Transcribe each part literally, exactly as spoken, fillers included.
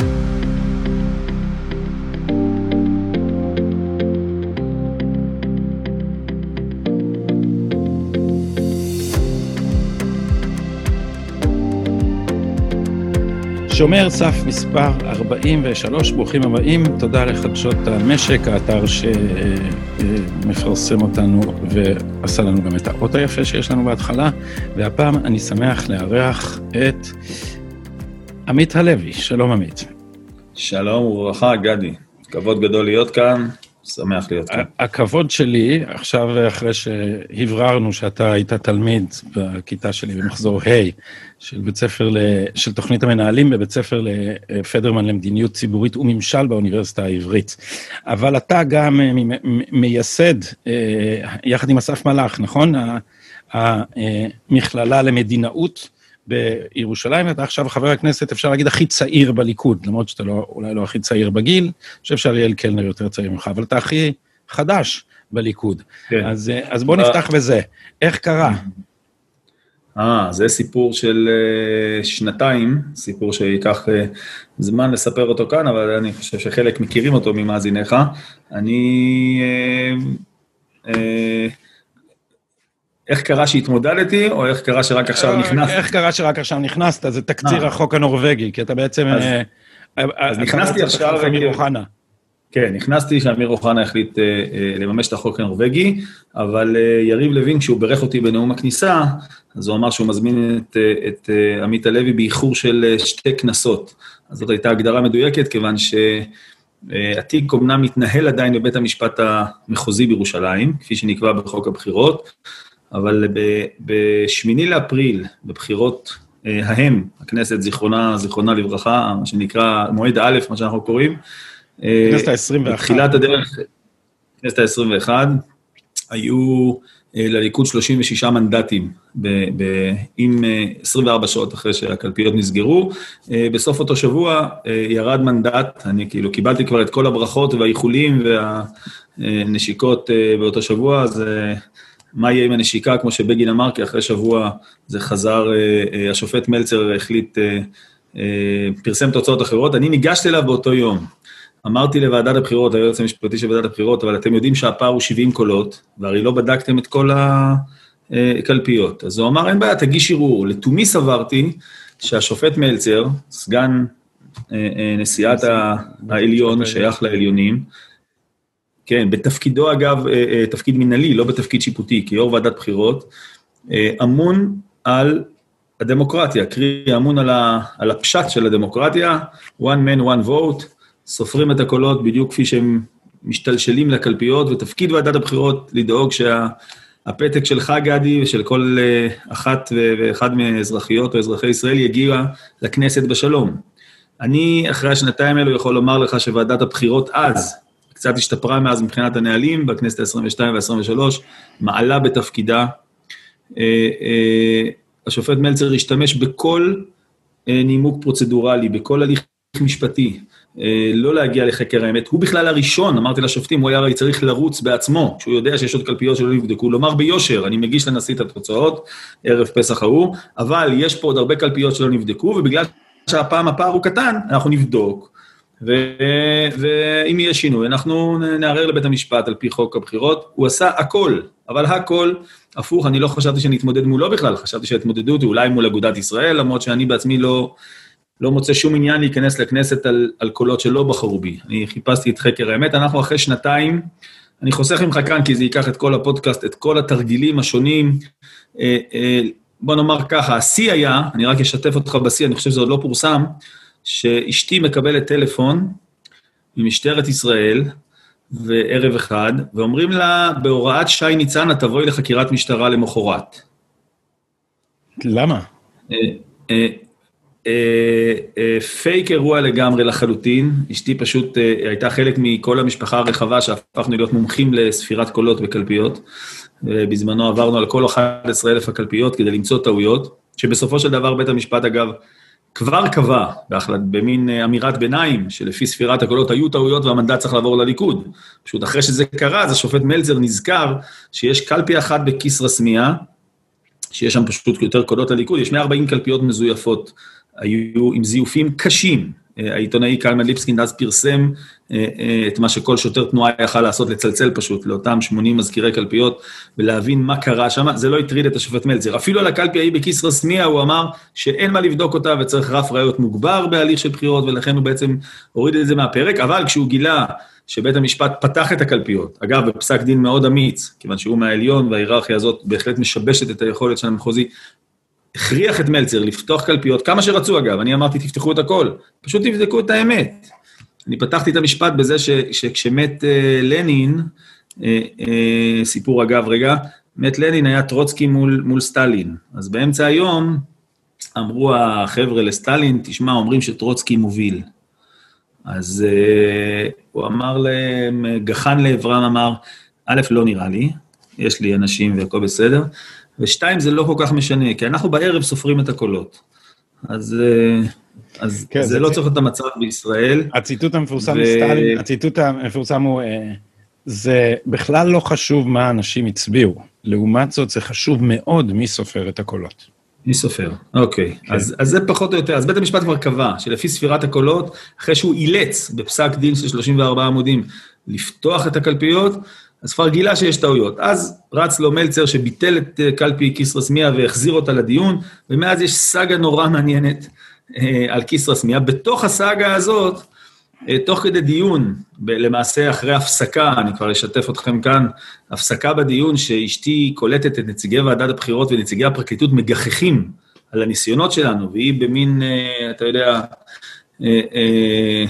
שומר סף מספר ארבעים ושלוש, ברוכים הבאים, תודה לחדשות המשק, האתר שמפרסם אותנו ועשה לנו גם את האות היפה שיש לנו בהתחלה, והפעם אני שמח לארח את עמית הלוי. שלום עמית. שלום וברכה גדי, כבוד גדול להיות כאן, שמח להיות כאן. הכבוד שלי, עכשיו אחרי שהבררנו שאתה היית תלמיד בכיתה שלי במחזור ה' של בית ספר, של תוכנית המנהלים בבית ספר לפדרמן למדיניות ציבורית וממשל באוניברסיטה העברית. אבל אתה גם מייסד, יחד עם אסף מלאך, נכון? המכללה למדינאות בירושלים, ואתה עכשיו חבר הכנסת, אפשר להגיד, הכי צעיר בליכוד, למרות שאתה לא, אולי לא הכי צעיר בגיל, אני חושב שאריאל קלנר יותר צעיר ממך, אבל אתה הכי חדש בליכוד. כן. אז, אז בוא נפתח בזה. איך קרה? אה, זה סיפור של uh, שנתיים, סיפור שיקח uh, זמן לספר אותו כאן, אבל אני חושב שחלק מכירים אותו ממאזיניך. אני... Uh, uh, איך קרה שהתמודדתי, או איך קרה שרק עכשיו נכנסת? איך קרה שרק עכשיו נכנסת? זה תקציר החוק הנורווגי, כי אתה בעצם... אז נכנסתי עכשיו... אמיר אוחנה. כן, נכנסתי שאמיר אוחנה החליט לממש את החוק הנורווגי, אבל יריב לוין, כשהוא ברך אותי בנאום הכניסה, אז הוא אמר שהוא מזמין את עמית הלוי באיחור של שתי כנסות. אז זאת הייתה הגדרה מדויקת, כיוון שהתיק אומנם מתנהל עדיין בבית המשפט המחוזי בירושלים, כפי שנקבע בחוק הבחירות, אבל בשמיני לאפריל, בבחירות ההם, הכנסת זיכרונה, זיכרונה לברכה, מה שנקרא מועד א', מה שאנחנו קוראים, כנסת ה-עשרים ואחת. בתחילת הדרך, כנסת ה-עשרים ואחת, היו לליכוד שלושים ושישה מנדטים, עם עשרים וארבע שעות אחרי שהקלפיות נסגרו. בסוף אותו שבוע ירד מנדט, אני כאילו קיבלתי כבר את כל הברכות והאיחולים והנשיקות באותו שבוע, אז... מה יהיה עם הנשיקה, כמו שבגין אמר, כי אחרי שבוע זה חזר, השופט מלצר החליט, פרסם תוצאות אחרות, אני ניגשתי אליו באותו יום, אמרתי לוועדת הבחירות, היועץ המשפטי של ועדת הבחירות, אבל אתם יודעים שהפער הוא שבעים קולות, והרי לא בדקתם את כל הקלפיות, אז הוא אמר, אין בעיה, תגיש ערעור, לתומי סברתי שהשופט מלצר, סגן נשיאת העליון, שייך לעליונים, כן, בתפקידו אגב, תפקיד מנהלי, לא בתפקיד שיפוטי, כיו"ר ועדת בחירות, אמון על הדמוקרטיה, קרי אמון על, ה, על הפשט של הדמוקרטיה, one man, one vote, סופרים את הקולות בדיוק כפי שהם משתלשלים לקלפיות, ותפקיד ועדת הבחירות לדאוג שהפתק שלך גדי, ושל כל אחת ואחד מאזרחיות או אזרחי ישראל יגיע לכנסת בשלום. אני אחרי השנתיים האלו יכול לומר לך שוועדת הבחירות אז, קצת השתפרה מאז מבחינת הנהלים, בכנסת ה-עשרים ושתיים וה-עשרים ושלוש, מעלה בתפקידה. השופט מלצר השתמש בכל נימוק פרוצדורלי, בכל הליך משפטי, לא להגיע לחקר האמת. הוא בכלל הראשון, אמרתי לשופטים, הוא היה הרי צריך לרוץ בעצמו, שהוא יודע שיש עוד קלפיות שלא נבדקו, לומר ביושר, אני מגיש לנשיא את התוצאות, ערב פסח ההוא, אבל יש פה עוד הרבה קלפיות שלא נבדקו, ובגלל שהפעם הפער הוא קטן, אנחנו נבדוק, ואם יהיה שינוי, אנחנו נערער לבית המשפט על פי חוק הבחירות, הוא עשה הכל, אבל הכל הפוך, אני לא חשבתי שאני אתמודד מולו בכלל, חשבתי שהתמודדו אותי אולי מול אגודת ישראל, למרות שאני בעצמי לא, לא מוצא שום עניין להיכנס לכנסת על, על קולות שלא בחרו בי, אני חיפשתי את חקר האמת, אנחנו אחרי שנתיים, אני חוסך ממך כאן, כי זה ייקח את כל הפודקאסט, את כל התרגילים השונים, בוא נאמר ככה, השיא היה, אני רק אשתף אותך בשיא, אני חושב שזה עוד לא פורסם, שאשתי מקבלת טלפון ממשטרת ישראל, וערב אחד, ואומרים לה, בהוראת שי ניצן, תבואי לחקירת משטרה למחרת. למה? פייק אירוע לגמרי לחלוטין, אשתי פשוט הייתה חלק מכל המשפחה הרחבה, שהפכנו להיות מומחים לספירת קולות בקלפיות, ובזמנו עברנו על כל אחת עשרה אלף הקלפיות, כדי למצוא טעויות, שבסופו של דבר בית המשפט אגב, כבר קבע, במין אמירת ביניים, שלפי ספירת הקולות היו טעויות והמנדט צריך לעבור לליכוד. פשוט אחרי שזה קרה, אז השופט מלצר נזכר שיש קלפי אחת בכיס רסמיה, שיש שם פשוט יותר קולות לליכוד, יש מאה וארבעים קלפיות מזויפות, היו עם זיופים קשים, העיתונאי קלמן ליבסקינד אז פרסם את מה שכל שוטר תנועה יכל לעשות, לצלצל פשוט לאותם שמונים מזכירי קלפיות, ולהבין מה קרה שם, זה לא הטריד את השופט מלצר. אפילו על הקלפי ההיא בכיסרא סמיע הוא אמר שאין מה לבדוק אותה וצריך רף ראיות מוגבר בהליך של בחירות, ולכן הוא בעצם הוריד את זה מהפרק, אבל כשהוא גילה שבית המשפט פתח את הקלפיות, אגב, בפסק דין מאוד אמיץ, כיוון שהוא מהעליון וההיררכיה הזאת בהחלט משבשת את היכולת של המחוזי, הכריח את מלצר לפתוח קלפיות, כמה שרצו אגב, אני אמרתי תפתחו את הכל, פשוט תבדקו את האמת. אני פתחתי את המשפט בזה ש, שכשמת אה, לנין, אה, אה, סיפור אגב רגע, מת לנין היה טרוצקי מול, מול סטלין, אז באמצע היום אמרו החבר'ה לסטלין, תשמע, אומרים שטרוצקי מוביל. אז אה, הוא אמר להם, גחן לעברם אמר, א', לא נראה לי, יש לי אנשים והכל בסדר, ושתיים, זה לא כל כך משנה, כי אנחנו בערב סופרים את הקולות. אז, אז כן, זה, זה לא צריך את המצב בישראל. הציטוט המפורסם ו... מסטלין, הציטוט המפורסם הוא, זה בכלל לא חשוב מה אנשים הצביעו, לעומת זאת זה חשוב מאוד מי סופר את הקולות. מי סופר, אוקיי. כן. אז, אז זה פחות או יותר, אז בית המשפט כבר קבע, שלפי ספירת הקולות, אחרי שהוא אילץ בפסק דין של שלושים וארבעה עמודים, לפתוח את הקלפיות, אז כבר גילה שיש טעויות. אז רץ לו מלצר שביטל את קלפי כיסרא סמיע והחזיר אותה לדיון, ומאז יש סאגה נורא מעניינת אה, על כיסרא סמיע. בתוך הסאגה הזאת, אה, תוך כדי דיון, ב- למעשה אחרי הפסקה, אני כבר אשתף אתכם כאן, הפסקה בדיון שאשתי קולטת את נציגי ועדת הבחירות ונציגי הפרקליטות מגחכים על הניסיונות שלנו, והיא במין, אה, אתה יודע, אה, אה,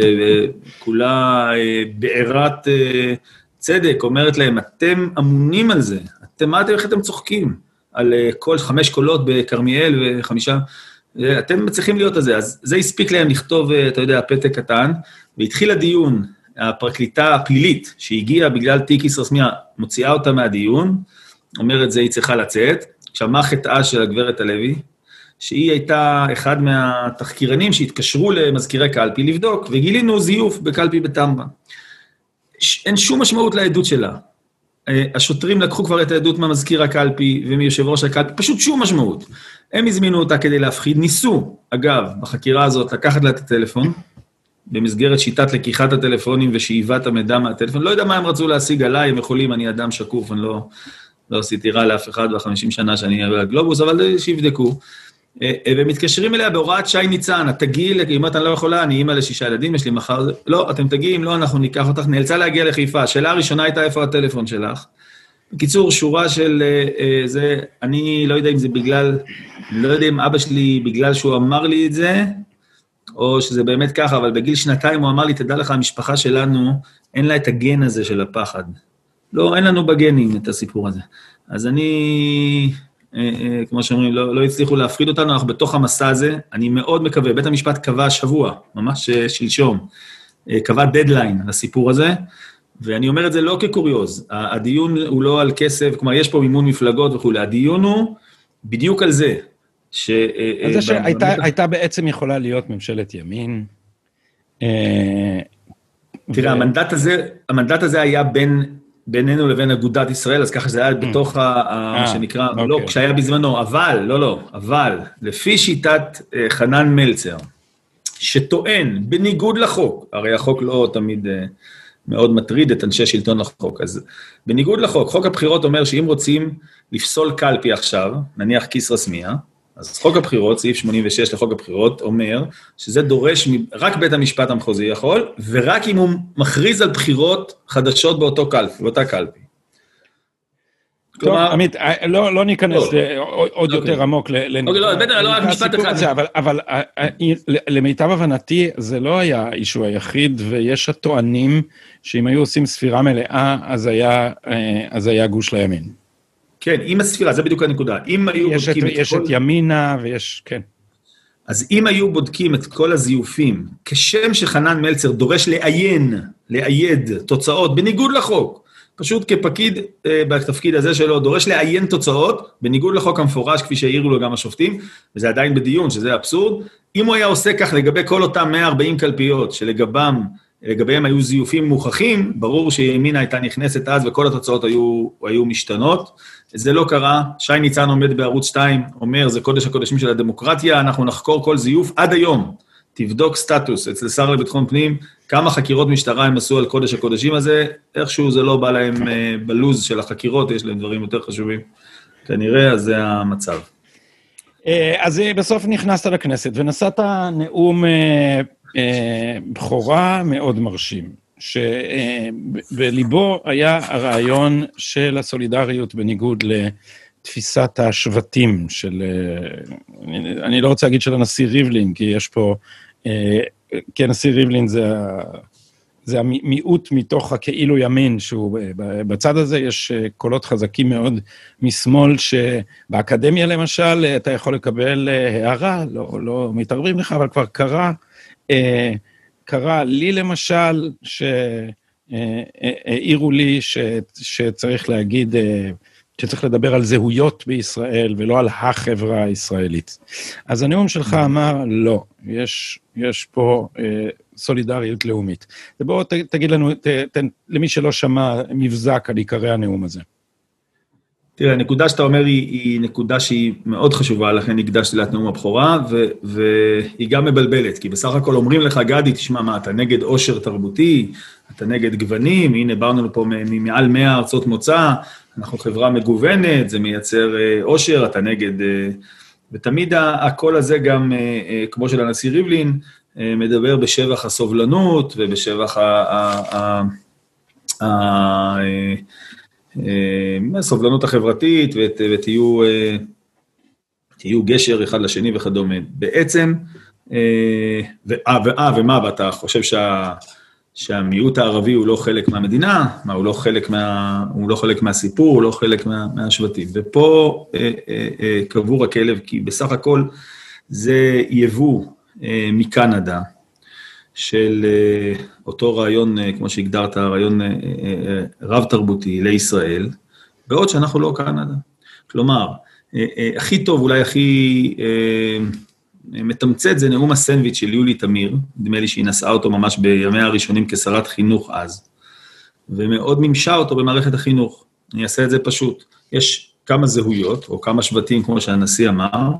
וכולה אה, בעירת... אה, צדק, אומרת להם, אתם אמונים על זה, אתם, מה אתם, איך אתם צוחקים? על כל חמש קולות בקרמיאל וחמישה, אתם צריכים להיות על זה, אז זה הספיק להם לכתוב, אתה יודע, פתק קטן, והתחיל הדיון, הפרקליטה הפלילית, שהגיעה בגלל תיק כיסרא סמיע, מוציאה אותה מהדיון, אומרת זה, היא צריכה לצאת, שמה חטאה של הגברת הלוי, שהיא הייתה אחד מהתחקירנים שהתקשרו למזכירי קלפי לבדוק, וגילינו זיוף בקלפי בטמרה. אין שום משמעות לעדות שלה. השוטרים לקחו כבר את העדות מהמזכיר הקלפי ומיושב ראש הקלפי, פשוט שום משמעות. הם הזמינו אותה כדי להפחיד, ניסו, אגב, בחקירה הזאת, לקחת לה את הטלפון, במסגרת שיטת לקיחת הטלפונים ושאיבת המידע מהטלפון, לא יודע מה הם רצו להשיג עליי, הם יכולים, אני אדם שקוף, אני לא, לא עשיתי רע לאף אחד בחמישים שנה שאני אהיה בגלובוס, אבל שיבדקו. ומתקשרים אליה בהוראת שי ניצן, תגיעי, אם אתה לא יכולה, אני אימא לשישה ילדים, יש לי מחר, לא, אתם תגיעים, לא, אנחנו ניקח אותך, נאלצה להגיע לחיפה, השאלה הראשונה הייתה איפה הטלפון שלך, בקיצור, שורה של זה, אני לא יודע אם זה בגלל, לא יודע אם אבא שלי, בגלל שהוא אמר לי את זה, או שזה באמת ככה, אבל בגיל שנתיים הוא אמר לי, תדע לך, המשפחה שלנו, אין לה את הגן הזה של הפחד, לא, אין לנו בגנים את הסיפור הזה, אז אני... כמו שאומרים, לא, לא הצליחו להפחיד אותנו, אנחנו בתוך המסע הזה, אני מאוד מקווה, בית המשפט קבע שבוע, ממש שלשום, קבע דדליין לסיפור הזה, ואני אומר את זה לא כקוריוז, הדיון הוא לא על כסף, כלומר יש פה מימון מפלגות וכו', הדיון הוא בדיוק על זה. ש... על זה שהייתה הייתה בעצם יכולה להיות ממשלת ימין. תראה, המנדט הזה, המנדט הזה היה בין... בינינו לבין אגודת ישראל, אז ככה שזה היה בתוך מה שנקרא, לא, כשהיה בזמנו, אבל, לא, לא, אבל, לפי שיטת חנן מלצר, שטוען, בניגוד לחוק, הרי החוק לא תמיד מאוד מטריד את אנשי שלטון החוק, אז בניגוד לחוק, חוק הבחירות אומר שאם רוצים לפסול קלפי עכשיו, נניח כיסרא סמיע, אז חוק הבחירות, סעיף שמונים ושש לחוק הבחירות, אומר שזה דורש, רק בית המשפט המחוזי יכול, ורק אם הוא מכריז על בחירות חדשות באותו קלפי, באותה קלפי. טוב, עמית, לא ניכנס עוד יותר עמוק אוקיי, לא, בטח, לא רק משפט אחד. אבל למיטב הבנתי, זה לא היה האישו היחיד, ויש הטוענים שאם היו עושים ספירה מלאה, אז היה גוש לימין. כן, עם הספירה, זה בדיוק הנקודה. אם היו יש בודקים את, את יש כל... את ימינה ויש, כן. אז אם היו בודקים את כל הזיופים, כשם שחנן מלצר דורש לעיין, לעייד תוצאות, בניגוד לחוק, פשוט כפקיד אה, בתפקיד הזה שלו, דורש לעיין תוצאות, בניגוד לחוק המפורש, כפי שהעירו לו גם השופטים, וזה עדיין בדיון, שזה אבסורד, אם הוא היה עושה כך לגבי כל אותם מאה וארבעים קלפיות, שלגבם, לגביהם היו זיופים מוכחים, ברור שימינה הייתה נכנסת אז, וכל התוצאות היו, היו משתנות, זה לא קרה, שי ניצן עומד בערוץ שתיים, אומר, זה קודש הקודשים של הדמוקרטיה, אנחנו נחקור כל זיוף עד היום, תבדוק סטטוס אצל שר לביטחון פנים, כמה חקירות משטרה הם עשו על קודש הקודשים הזה, איכשהו זה לא בא להם בלוז של החקירות, יש להם דברים יותר חשובים. כנראה, אז זה המצב. אז בסוף נכנסת לכנסת, ונשאת נאום בכורה מאוד מרשים, שבליבו היה הרעיון של הסולידריות בניגוד לתפיסת השבטים של, אני לא רוצה להגיד של הנשיא ריבלין, כי יש פה, כי הנשיא ריבלין זה, זה המיעוט מתוך הכאילו ימין, שהוא בצד הזה יש קולות חזקים מאוד משמאל, שבאקדמיה למשל אתה יכול לקבל הערה, לא, לא מתערבים לך, אבל כבר קרה, קרה לי למשל, שהעירו לי ש, שצריך להגיד, שצריך לדבר על זהויות בישראל, ולא על החברה הישראלית. אז הנאום שלך אמר, לא, יש, יש פה סולידריות לאומית. ובואו תגיד לנו, תן, למי שלא שמע, מבזק על עיקרי הנאום הזה. תראה, הנקודה שאתה אומר היא, היא נקודה שהיא מאוד חשובה, לכן הקדשתי לה את נאום הבכורה, ו, והיא גם מבלבלת, כי בסך הכל אומרים לך, גדי, תשמע מה, אתה נגד עושר תרבותי, אתה נגד גוונים, הנה באנו לפה ממעל מאה ארצות מוצא, אנחנו חברה מגוונת, זה מייצר עושר, אתה נגד, ותמיד הקול הזה גם, כמו של הנשיא ריבלין, מדבר בשבח הסובלנות, ובשבח הסובלנות החברתית, ותהיו גשר אחד לשני וכדומה. בעצם, ומה, ואתה חושב שה... שהמיעוט הערבי הוא לא חלק מהמדינה, מה, הוא לא חלק מה, הוא לא חלק מהסיפור, הוא לא חלק מה, מהשבטים. ופה אה, אה, אה, קבור הכלב, כי בסך הכל זה יבוא אה, מקנדה, של אה, אותו רעיון, אה, כמו שהגדרת, רעיון אה, אה, רב תרבותי לישראל, בעוד שאנחנו לא קנדה. כלומר, אה, אה, הכי טוב, אולי הכי... אה, מתמצאת, זה נאום הסנדוויץ' של יולי תמיר, נדמה לי שהיא נשאה אותו ממש בימיה הראשונים כשרת חינוך אז, ומאוד ממשה אותו במערכת החינוך. אני אעשה את זה פשוט. יש כמה זהויות, או כמה שבטים, כמו שהנשיא אמר,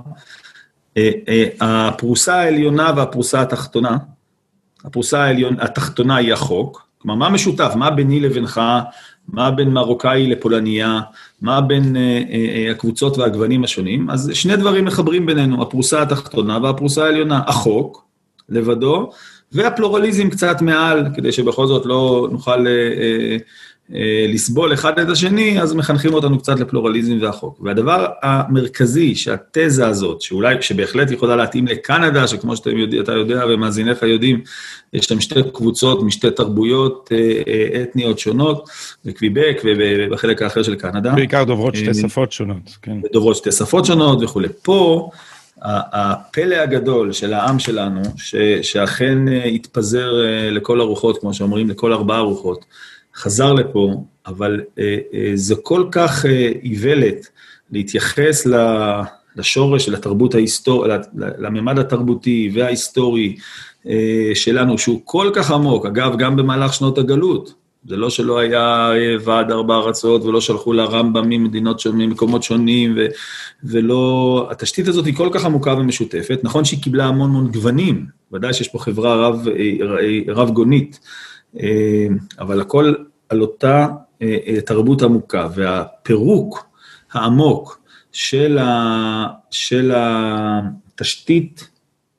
הפרוסה העליונה והפרוסה התחתונה, הפרוסה העליון, התחתונה היא החוק, כלומר, מה משותף? מה ביני לבינך? מה בין מרוקאי לפולניה? מה בין אה, אה, הקבוצות והגוונים השונים? אז שני דברים מחברים בינינו, הפרוסה התחתונה והפרוסה העליונה, החוק, לבדו, והפלורליזם קצת מעל, כדי שבכל זאת לא נוכל אה, אה, אה, לסבול אחד את השני, אז מחנכים אותנו קצת לפלורליזם והחוק. והדבר המרכזי שהתזה הזאת, שאולי, שבהחלט יכולה להתאים לקנדה, שכמו שאתה יודע, אתה יודע ומאזיניך יודעים, יש שם שתי קבוצות משתי תרבויות אתניות שונות, בקוויבק ובחלק האחר של קנדה. בעיקר דוברות שתי שפות שונות, כן. דוברות שתי שפות שונות וכו'. פה, הפלא הגדול של העם שלנו, שאכן התפזר לכל הרוחות, כמו שאומרים, לכל ארבעה רוחות, חזר לפה, אבל זה כל כך איוולת להתייחס לשורש של התרבות ההיסטורית, לממד התרבותי וההיסטורי שלנו, שהוא כל כך עמוק, אגב, גם במהלך שנות הגלות, זה לא שלא היה ועד ארבע ארצות, ולא שלחו לרמב"ם ממדינות שונים, ממקומות שונים, ו, ולא, התשתית הזאת היא כל כך עמוקה ומשותפת, נכון שהיא קיבלה המון המון גוונים, ודאי שיש פה חברה רב, רב גונית, אבל הכל על אותה תרבות עמוקה, והפירוק העמוק של, ה, של התשתית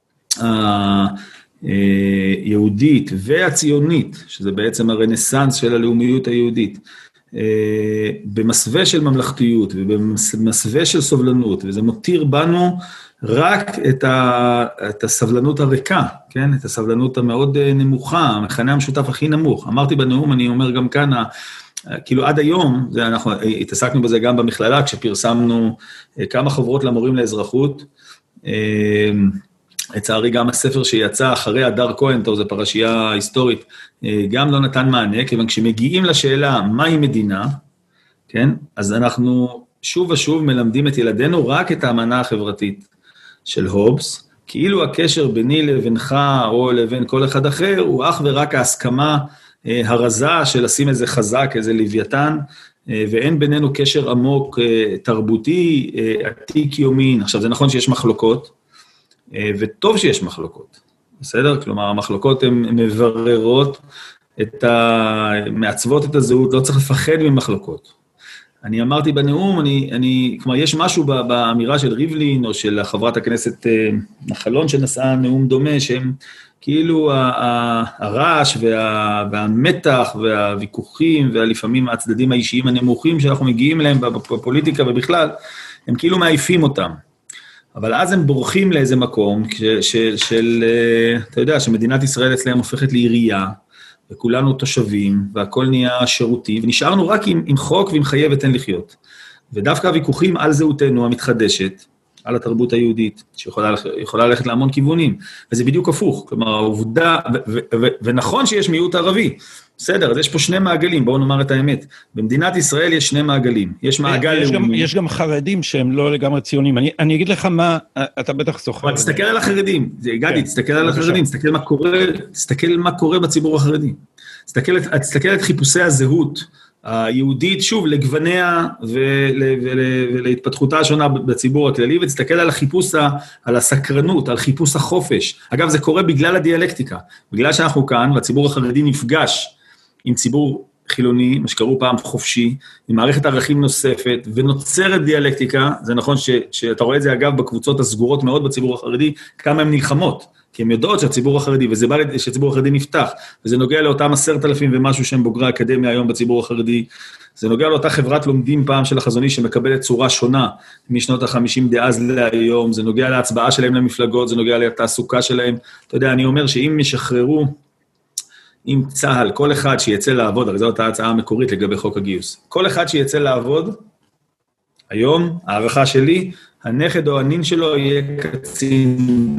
היהודית והציונית, שזה בעצם הרנסנס של הלאומיות היהודית, במסווה של ממלכתיות ובמסווה של סובלנות, וזה מותיר בנו רק את, ה, את הסבלנות הריקה, כן? את הסבלנות המאוד נמוכה, המכנה המשותף הכי נמוך. אמרתי בנאום, אני אומר גם כאן, כאילו עד היום, זה אנחנו התעסקנו בזה גם במכללה, כשפרסמנו כמה חוברות למורים לאזרחות, לצערי גם הספר שיצא אחרי הדר כהן, טוב, זו פרשייה היסטורית, גם לא נתן מענה, כיוון כשמגיעים לשאלה מהי מדינה, כן? אז אנחנו שוב ושוב מלמדים את ילדינו רק את האמנה החברתית של הובס, כאילו הקשר ביני לבינך או לבין כל אחד אחר, הוא אך ורק ההסכמה הרזה של לשים איזה חזק, איזה לוויתן, ואין בינינו קשר עמוק תרבותי, עתיק יומין. עכשיו, זה נכון שיש מחלוקות, וטוב שיש מחלוקות, בסדר? כלומר, המחלוקות הן מבררות, את ה... מעצבות את הזהות, לא צריך לפחד ממחלוקות. אני אמרתי בנאום, אני, אני, כלומר, יש משהו באמירה של ריבלין, או של חברת הכנסת נחלון, שנשאה נאום דומה, שהם כאילו הרעש וה, והמתח והוויכוחים, ולפעמים הצדדים האישיים הנמוכים שאנחנו מגיעים אליהם בפוליטיקה ובכלל, הם כאילו מעיפים אותם. אבל אז הם בורחים לאיזה מקום, של, של, אתה יודע, שמדינת ישראל אצלם הופכת לעירייה, וכולנו תושבים, והכל נהיה שירותי, ונשארנו רק עם, עם חוק ועם חיה ותן לחיות. ודווקא הוויכוחים על זהותנו המתחדשת, על התרבות היהודית, שיכולה יכולה ללכת להמון כיוונים, וזה בדיוק הפוך, כלומר, העובדה, ו, ו, ו, ונכון שיש מיעוט ערבי, בסדר, אז יש פה שני מעגלים, בואו נאמר את האמת. במדינת ישראל יש שני מעגלים, יש מעגל יש לאומי. גם, יש גם חרדים שהם לא לגמרי ציונים, אני, אני אגיד לך מה, אתה בטח זוכר. אבל תסתכל על החרדים, גדי, תסתכל על החרדים, תסתכל מה קורה, תסתכל מה קורה בציבור החרדי. תסתכל, תסתכל את חיפושי הזהות היהודית, שוב, לגווניה ול, ול, ולהתפתחותה השונה בציבור הכללי, ותסתכל על החיפוש, על הסקרנות, על חיפוש החופש. אגב, זה קורה בגלל הדיאלקטיקה, בגלל שאנחנו כאן, והציבור החרדי נפגש עם ציבור חילוני, מה שקראו פעם חופשי, עם מערכת ערכים נוספת, ונוצרת דיאלקטיקה, זה נכון ש, שאתה רואה את זה אגב בקבוצות הסגורות מאוד בציבור החרדי, כמה הן נלחמות, כי הן יודעות שהציבור החרדי, וזה בא שהציבור החרדי נפתח, וזה נוגע לאותם עשרת אלפים ומשהו שהם בוגרי האקדמיה היום בציבור החרדי, זה נוגע לאותה חברת לומדים פעם של החזוני שמקבלת צורה שונה משנות החמישים דאז להיום, זה נוגע להצבעה שלהם למפלגות, זה נוגע לתעסוקה שלהם, אתה יודע, אני אומר שאם ישחררו עם צהל, כל אחד שיצא לעבוד, הרי זו אותה הצעה המקורית לגבי חוק הגיוס, כל אחד שיצא לעבוד, היום, הערכה שלי, הנכד או הנין שלו יהיה קצין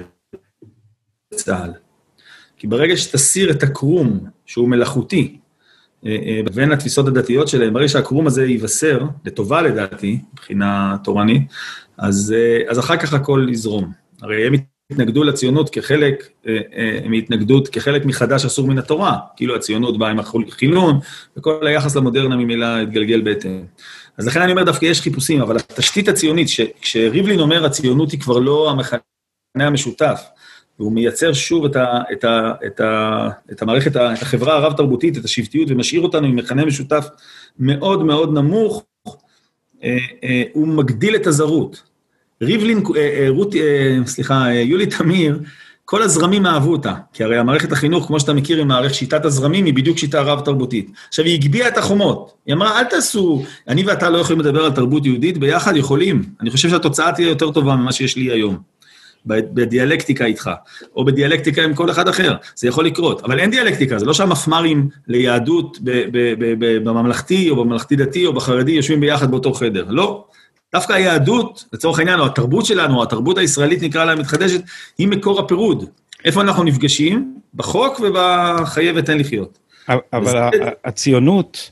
בצהל. כי ברגע שתסיר את הקרום, שהוא מלאכותי, בין התפיסות הדתיות שלהם, ברגע שהקרום הזה ייבשר, לטובה לדעתי, מבחינה תורנית, אז, אז אחר כך הכל יזרום. הרי הם התנגדו לציונות כחלק, הם התנגדות כחלק מחדש אסור מן התורה, כאילו הציונות באה עם החילון, וכל היחס למודרנה ממילא התגלגל בהתאם. אז לכן אני אומר דווקא יש חיפושים, אבל התשתית הציונית, כשריבלין אומר הציונות היא כבר לא המחנה המשותף, והוא מייצר שוב את, ה, את, ה, את, ה, את המערכת, את החברה הרב-תרבותית, את השבטיות, ומשאיר אותנו עם מחנה משותף מאוד מאוד נמוך, הוא מגדיל את הזרות. ריבלין, רותי, סליחה, יולי תמיר, כל הזרמים אהבו אותה, כי הרי המערכת החינוך, כמו שאתה מכיר, עם מערכת שיטת הזרמים, היא בדיוק שיטה רב-תרבותית. עכשיו, היא הגביעה את החומות. היא אמרה, אל תעשו, אני ואתה לא יכולים לדבר על תרבות יהודית, ביחד יכולים. אני חושב שהתוצאה תהיה יותר טובה ממה שיש לי היום. בדיאלקטיקה איתך, או בדיאלקטיקה עם כל אחד אחר, זה יכול לקרות, אבל אין דיאלקטיקה, זה לא שהמפמ"רים ליהדות בממלכתי, או בממלכתי דתי, או בחרדי, יושבים ביחד באותו חדר, לא. דווקא היהדות, לצורך העניין, או התרבות שלנו, או התרבות הישראלית נקרא לה מתחדשת, היא מקור הפירוד. איפה אנחנו נפגשים? בחוק ובחיי ותן לחיות. אבל הציונות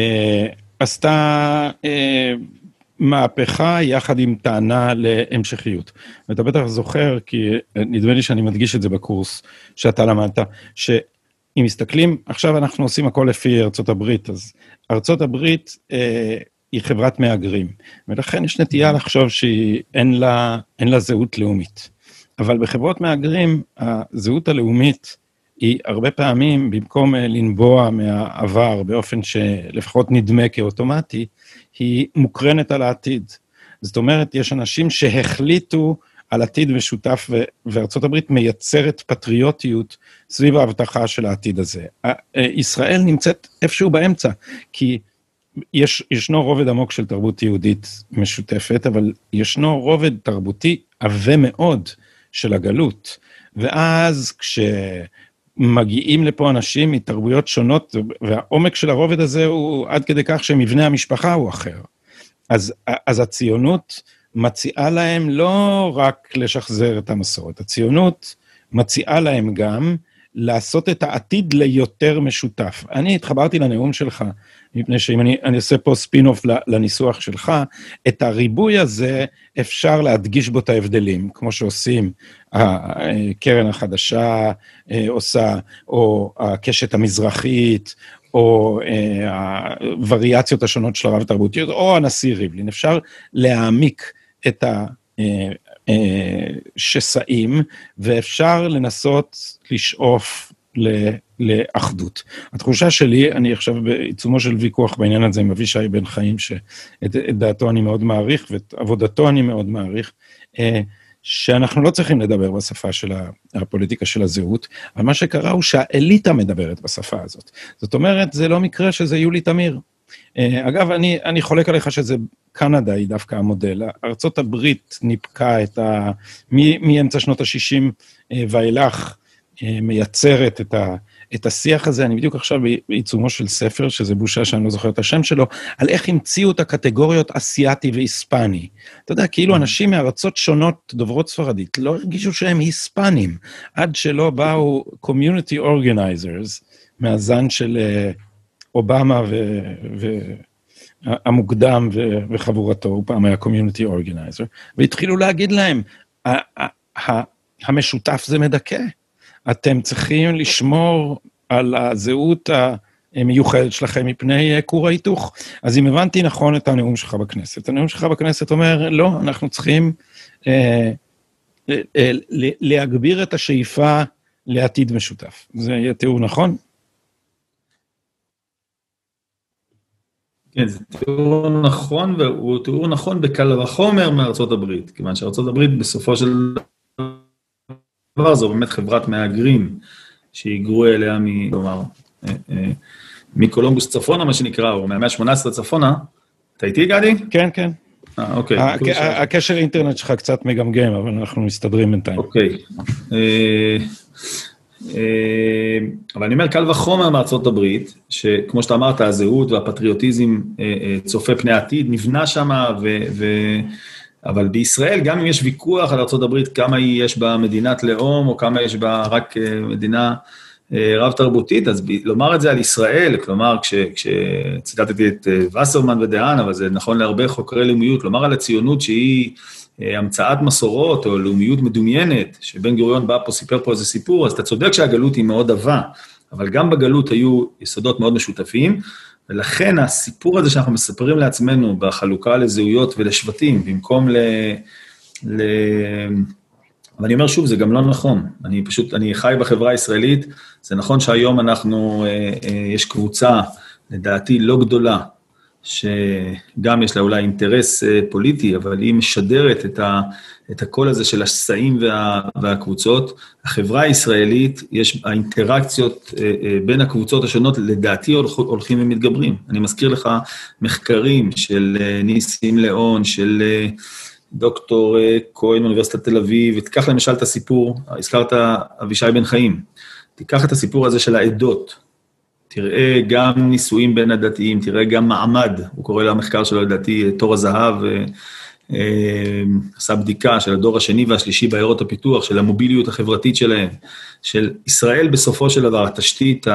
עשתה מהפכה יחד עם טענה להמשכיות. ואתה בטח זוכר, כי נדמה לי שאני מדגיש את זה בקורס שאתה למדת, שאם מסתכלים, עכשיו אנחנו עושים הכל לפי ארצות הברית, אז ארצות הברית אה, היא חברת מאגרים, ולכן יש נטייה לחשוב שאין לה, אין לה זהות לאומית. אבל בחברות מאגרים, הזהות הלאומית היא הרבה פעמים, במקום לנבוע מהעבר, באופן שלפחות נדמה כאוטומטי, היא מוקרנת על העתיד. זאת אומרת, יש אנשים שהחליטו על עתיד משותף, וארצות הברית מייצרת פטריוטיות סביב ההבטחה של העתיד הזה. ישראל נמצאת איפשהו באמצע, כי יש, ישנו רובד עמוק של תרבות יהודית משותפת, אבל ישנו רובד תרבותי עבה מאוד של הגלות. ואז כש... מגיעים לפה אנשים מתרבויות שונות, והעומק של הרובד הזה הוא עד כדי כך שמבנה המשפחה הוא אחר. אז, אז הציונות מציעה להם לא רק לשחזר את המסורת, הציונות מציעה להם גם לעשות את העתיד ליותר משותף. אני התחברתי לנאום שלך, מפני שאם אני, אני עושה פה ספין-אוף לניסוח שלך, את הריבוי הזה אפשר להדגיש בו את ההבדלים, כמו שעושים הקרן החדשה עושה, או הקשת המזרחית, או הווריאציות השונות של הרב תרבותיות, או הנשיא ריבלין. אפשר להעמיק את שסעים, ואפשר לנסות לשאוף לאחדות. התחושה שלי, אני עכשיו בעיצומו של ויכוח בעניין הזה עם אבישי בן חיים, שאת דעתו אני מאוד מעריך, ואת עבודתו אני מאוד מעריך, שאנחנו לא צריכים לדבר בשפה של הפוליטיקה של הזהות, אבל מה שקרה הוא שהאליטה מדברת בשפה הזאת. זאת אומרת, זה לא מקרה שזה יולי תמיר. אגב, אני, אני חולק עליך שזה קנדה היא דווקא המודל. ארצות הברית ניפקה את ה... מאמצע שנות ה-שישים ואילך, מייצרת את, ה, את השיח הזה. אני בדיוק עכשיו בעיצומו של ספר, שזה בושה שאני לא זוכר את השם שלו, על איך המציאו את הקטגוריות אסיאטי והיספני. אתה יודע, כאילו אנשים מארצות שונות, דוברות ספרדית, לא הרגישו שהם היספנים, עד שלא באו community organizers, מהזן של אובמה ו... ו המוקדם ו... וחבורתו, הוא פעם היה community organizer, והתחילו להגיד להם, המשותף זה מדכא. אתם צריכים לשמור על הזהות המיוחדת שלכם מפני כור ההיתוך. אז אם הבנתי נכון את הנאום שלך בכנסת, הנאום שלך בכנסת אומר, לא, אנחנו צריכים אה, אה, להגביר את השאיפה לעתיד משותף. זה יהיה תיאור נכון? כן, זה תיאור נכון, והוא תיאור נכון בקל וחומר מארצות הברית, כיוון שארצות הברית בסופו של דבר, זו באמת חברת מהגרים, שהיגרו אליה מ... כלומר, מקולומבוס צפונה, מה שנקרא, או מהמאה ה-שמונה עשרה צפונה. אתה איתי, גדי? כן, כן. אה, אוקיי. הקשר אינטרנט שלך קצת מגמגם, אבל אנחנו מסתדרים בינתיים. אוקיי. אבל אני אומר, קל וחומר מארצות הברית, שכמו שאתה אמרת, הזהות והפטריוטיזם צופה פני עתיד, נבנה שמה, ו... אבל בישראל, גם אם יש ויכוח על ארצות הברית, כמה יש בה מדינת לאום, או כמה יש בה רק מדינה רב-תרבותית, אז לומר את זה על ישראל, כלומר, כשציטטתי את וסרמן ודהן, אבל זה נכון להרבה חוקרי לאומיות, לומר על הציונות שהיא המצאת מסורות, או לאומיות מדומיינת, שבן גוריון בא פה, סיפר פה איזה סיפור, אז אתה צודק שהגלות היא מאוד עבה, אבל גם בגלות היו יסודות מאוד משותפים, ולכן הסיפור הזה שאנחנו מספרים לעצמנו בחלוקה לזהויות ולשבטים, במקום ל... ל... אבל אני אומר שוב, זה גם לא נכון. אני פשוט, אני חי בחברה הישראלית, זה נכון שהיום אנחנו, יש קבוצה, לדעתי לא גדולה, שגם יש לה אולי אינטרס פוליטי, אבל היא משדרת את, ה, את הקול הזה של השסעים וה, והקבוצות. החברה הישראלית, יש האינטראקציות בין הקבוצות השונות, לדעתי הולכים ומתגברים. אני מזכיר לך מחקרים של ניסים ליאון, של דוקטור כהן מאוניברסיטת תל אביב, ותיקח למשל את הסיפור, הזכרת אבישי בן חיים, תיקח את הסיפור הזה של העדות, תראה גם ניסויים בין הדתיים, תראה גם מעמד, הוא קורא למחקר שלו לדעתי תור הזהב, עשה בדיקה של הדור השני והשלישי בעיירות הפיתוח, של המוביליות החברתית שלהם, של ישראל בסופו של דבר, התשתית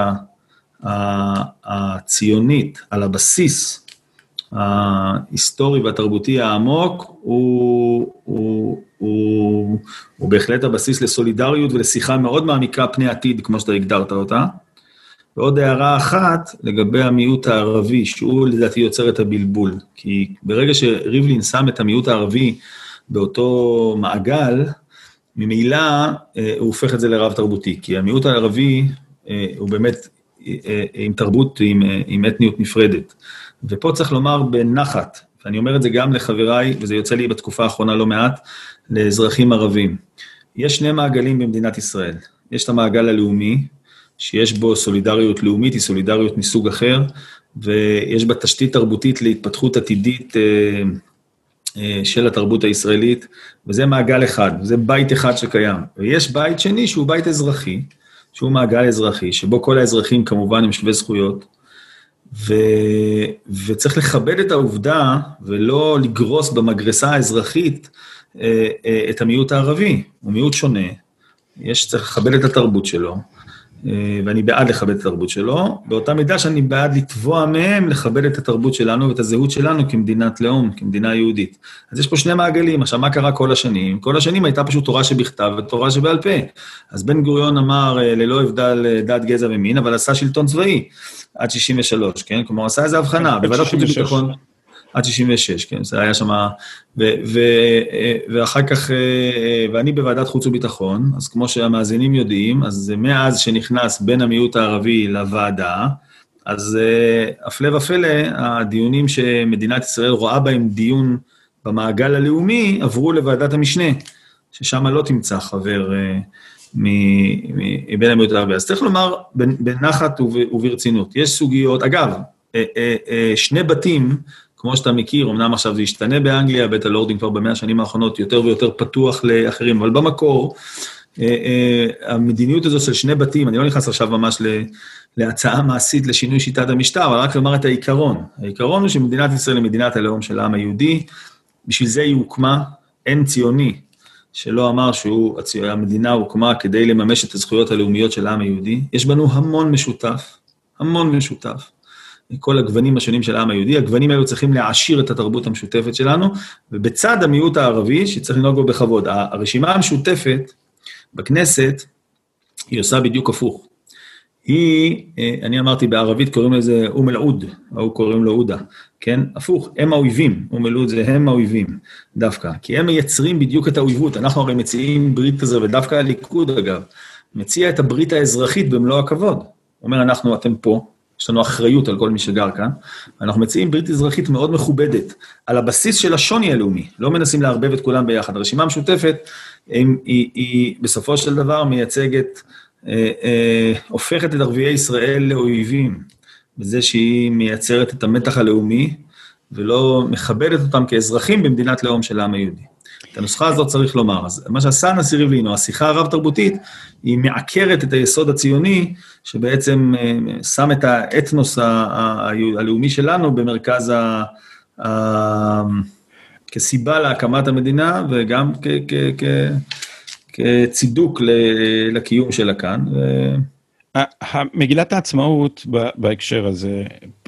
הציונית על הבסיס ההיסטורי והתרבותי העמוק, הוא, הוא, הוא, הוא בהחלט הבסיס לסולידריות ולשיחה מאוד מעמיקה פני עתיד, כמו שאתה הגדרת אותה. ועוד הערה אחת לגבי המיעוט הערבי, שהוא לדעתי יוצר את הבלבול, כי ברגע שריבלין שם את המיעוט הערבי באותו מעגל, ממילא הוא הופך את זה לרב תרבותי, כי המיעוט הערבי הוא באמת עם תרבות, עם, עם אתניות נפרדת. ופה צריך לומר בנחת, ואני אומר את זה גם לחבריי, וזה יוצא לי בתקופה האחרונה לא מעט, לאזרחים ערבים. יש שני מעגלים במדינת ישראל. יש את המעגל הלאומי, שיש בו סולידריות לאומית, היא סולידריות מסוג אחר, ויש בה תשתית תרבותית להתפתחות עתידית של התרבות הישראלית, וזה מעגל אחד, זה בית אחד שקיים. ויש בית שני שהוא בית אזרחי, שהוא מעגל אזרחי, שבו כל האזרחים כמובן הם שווי זכויות, ו... וצריך לכבד את העובדה, ולא לגרוס במגרסה האזרחית את המיעוט הערבי, הוא מיעוט שונה, יש צריך לכבד את התרבות שלו, ואני בעד לכבד את התרבות שלו, באותה מידה שאני בעד לתבוע מהם לכבד את התרבות שלנו ואת הזהות שלנו כמדינת לאום, כמדינה יהודית. אז יש פה שני מעגלים, עכשיו מה קרה כל השנים? כל השנים הייתה פשוט תורה שבכתב ותורה שבעל פה. אז בן גוריון אמר ללא הבדל דת, גזע ומין, אבל עשה שלטון צבאי עד שישים ושלוש, כן? כלומר, עשה איזו הבחנה, בוועדת חוץ וביטחון. עד שישים ושש, כן, זה היה שם, ו, ו, ואחר כך, ואני בוועדת חוץ וביטחון, אז כמו שהמאזינים יודעים, אז מאז שנכנס בין המיעוט הערבי לוועדה, אז הפלא ופלא, הדיונים שמדינת ישראל רואה בהם דיון במעגל הלאומי, עברו לוועדת המשנה, ששם לא תמצא חבר מבין המיעוט הערבי. אז צריך לומר, בנחת וברצינות, יש סוגיות, אגב, שני בתים, כמו שאתה מכיר, אמנם עכשיו זה ישתנה באנגליה, בית הלורדים כבר במאה השנים האחרונות יותר ויותר פתוח לאחרים, אבל במקור, המדיניות הזו של שני בתים, אני לא נכנס עכשיו ממש להצעה מעשית לשינוי שיטת המשטר, אבל רק לומר את העיקרון. העיקרון הוא שמדינת ישראל היא מדינת הלאום של העם היהודי, בשביל זה היא הוקמה, אין ציוני, שלא אמר שהמדינה הוקמה כדי לממש את הזכויות הלאומיות של העם היהודי. יש בנו המון משותף, המון משותף. כל הגוונים השונים של העם היהודי, הגוונים האלו צריכים להעשיר את התרבות המשותפת שלנו, ובצד המיעוט הערבי, שצריך לנהוג בו בכבוד. הרשימה המשותפת בכנסת, היא עושה בדיוק הפוך. היא, אני אמרתי בערבית, קוראים לזה אום אל-עוד, או קוראים לו עודה, כן? הפוך, הם האויבים, אום אל-עוד זה הם האויבים, דווקא, כי הם מייצרים בדיוק את האויבות, אנחנו הרי מציעים ברית כזה, ודווקא הליכוד, אגב, מציע את הברית האזרחית במלוא הכבוד. אומר, אנחנו, אתם פה, יש לנו אחריות על כל מי שגר כאן, אנחנו מציעים ברית אזרחית מאוד מכובדת, על הבסיס של השוני הלאומי, לא מנסים להרבב את כולם ביחד. הרשימה המשותפת, היא, היא, היא בסופו של דבר מייצגת, אה, אה, הופכת את ערביי ישראל לאויבים, בזה שהיא מייצרת את המתח הלאומי, ולא מכבדת אותם כאזרחים במדינת לאום של העם היהודי. את הנוסחה הזאת צריך לומר. אז מה שעשה הנשיא ריבלין, או השיחה הרב-תרבותית, היא מעקרת את היסוד הציוני, שבעצם שם את האתנוס הלאומי שלנו במרכז ה... כסיבה להקמת המדינה, וגם כצידוק לקיום שלה כאן. מגילת העצמאות בהקשר הזה,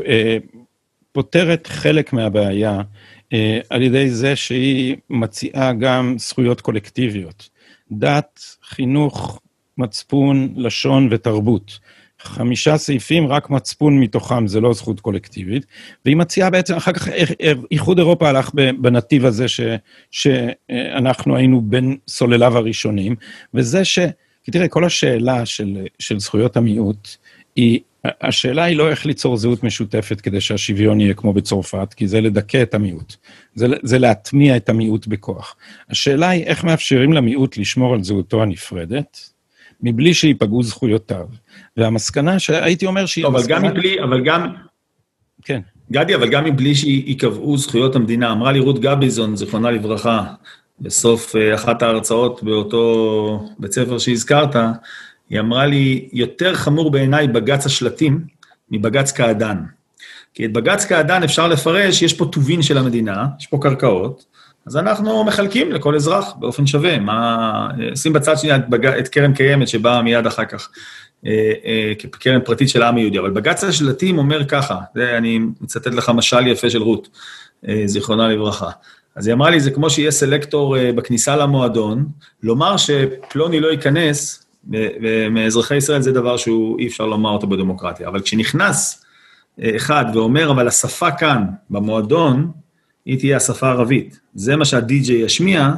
פותרת חלק מהבעיה, על ידי זה שהיא מציעה גם זכויות קולקטיביות. דת, חינוך, מצפון, לשון ותרבות. חמישה סעיפים, רק מצפון מתוכם, זה לא זכות קולקטיבית. והיא מציעה בעצם, אחר כך איחוד אירופה הלך בנתיב הזה ש, שאנחנו היינו בין סולליו הראשונים, וזה ש... כי תראה, כל השאלה של, של זכויות המיעוט היא... השאלה היא לא איך ליצור זהות משותפת כדי שהשוויון יהיה כמו בצרפת, כי זה לדכא את המיעוט, זה, זה להטמיע את המיעוט בכוח. השאלה היא איך מאפשרים למיעוט לשמור על זהותו הנפרדת, מבלי שיפגעו זכויותיו. והמסקנה שהייתי אומר שהיא... אבל המסקנה... גם מבלי, אבל גם... כן. גדי, אבל גם מבלי שיקבעו זכויות המדינה, אמרה לי רות גביזון, זיכרונה לברכה, בסוף אחת ההרצאות באותו בית ספר שהזכרת, היא אמרה לי, יותר חמור בעיניי בגץ השלטים, מבגץ קעדן. כי את בגץ קעדן אפשר לפרש, יש פה טובין של המדינה, יש פה קרקעות, אז אנחנו מחלקים לכל אזרח באופן שווה. מה, שים בצד שנייה את, בג... את קרן קיימת שבאה מיד אחר כך, אה, אה, כקרן פרטית של העם היהודי, אבל בגץ השלטים אומר ככה, זה אני מצטט לך משל יפה של רות, אה, זיכרונה לברכה. אז היא אמרה לי, זה כמו שיהיה סלקטור אה, בכניסה למועדון, לומר שפלוני לא ייכנס, ומאזרחי ישראל זה דבר שהוא אי אפשר לומר אותו בדמוקרטיה, אבל כשנכנס אחד ואומר, אבל השפה כאן, במועדון, היא תהיה השפה הערבית. זה מה שהדי-ג'יי ישמיע,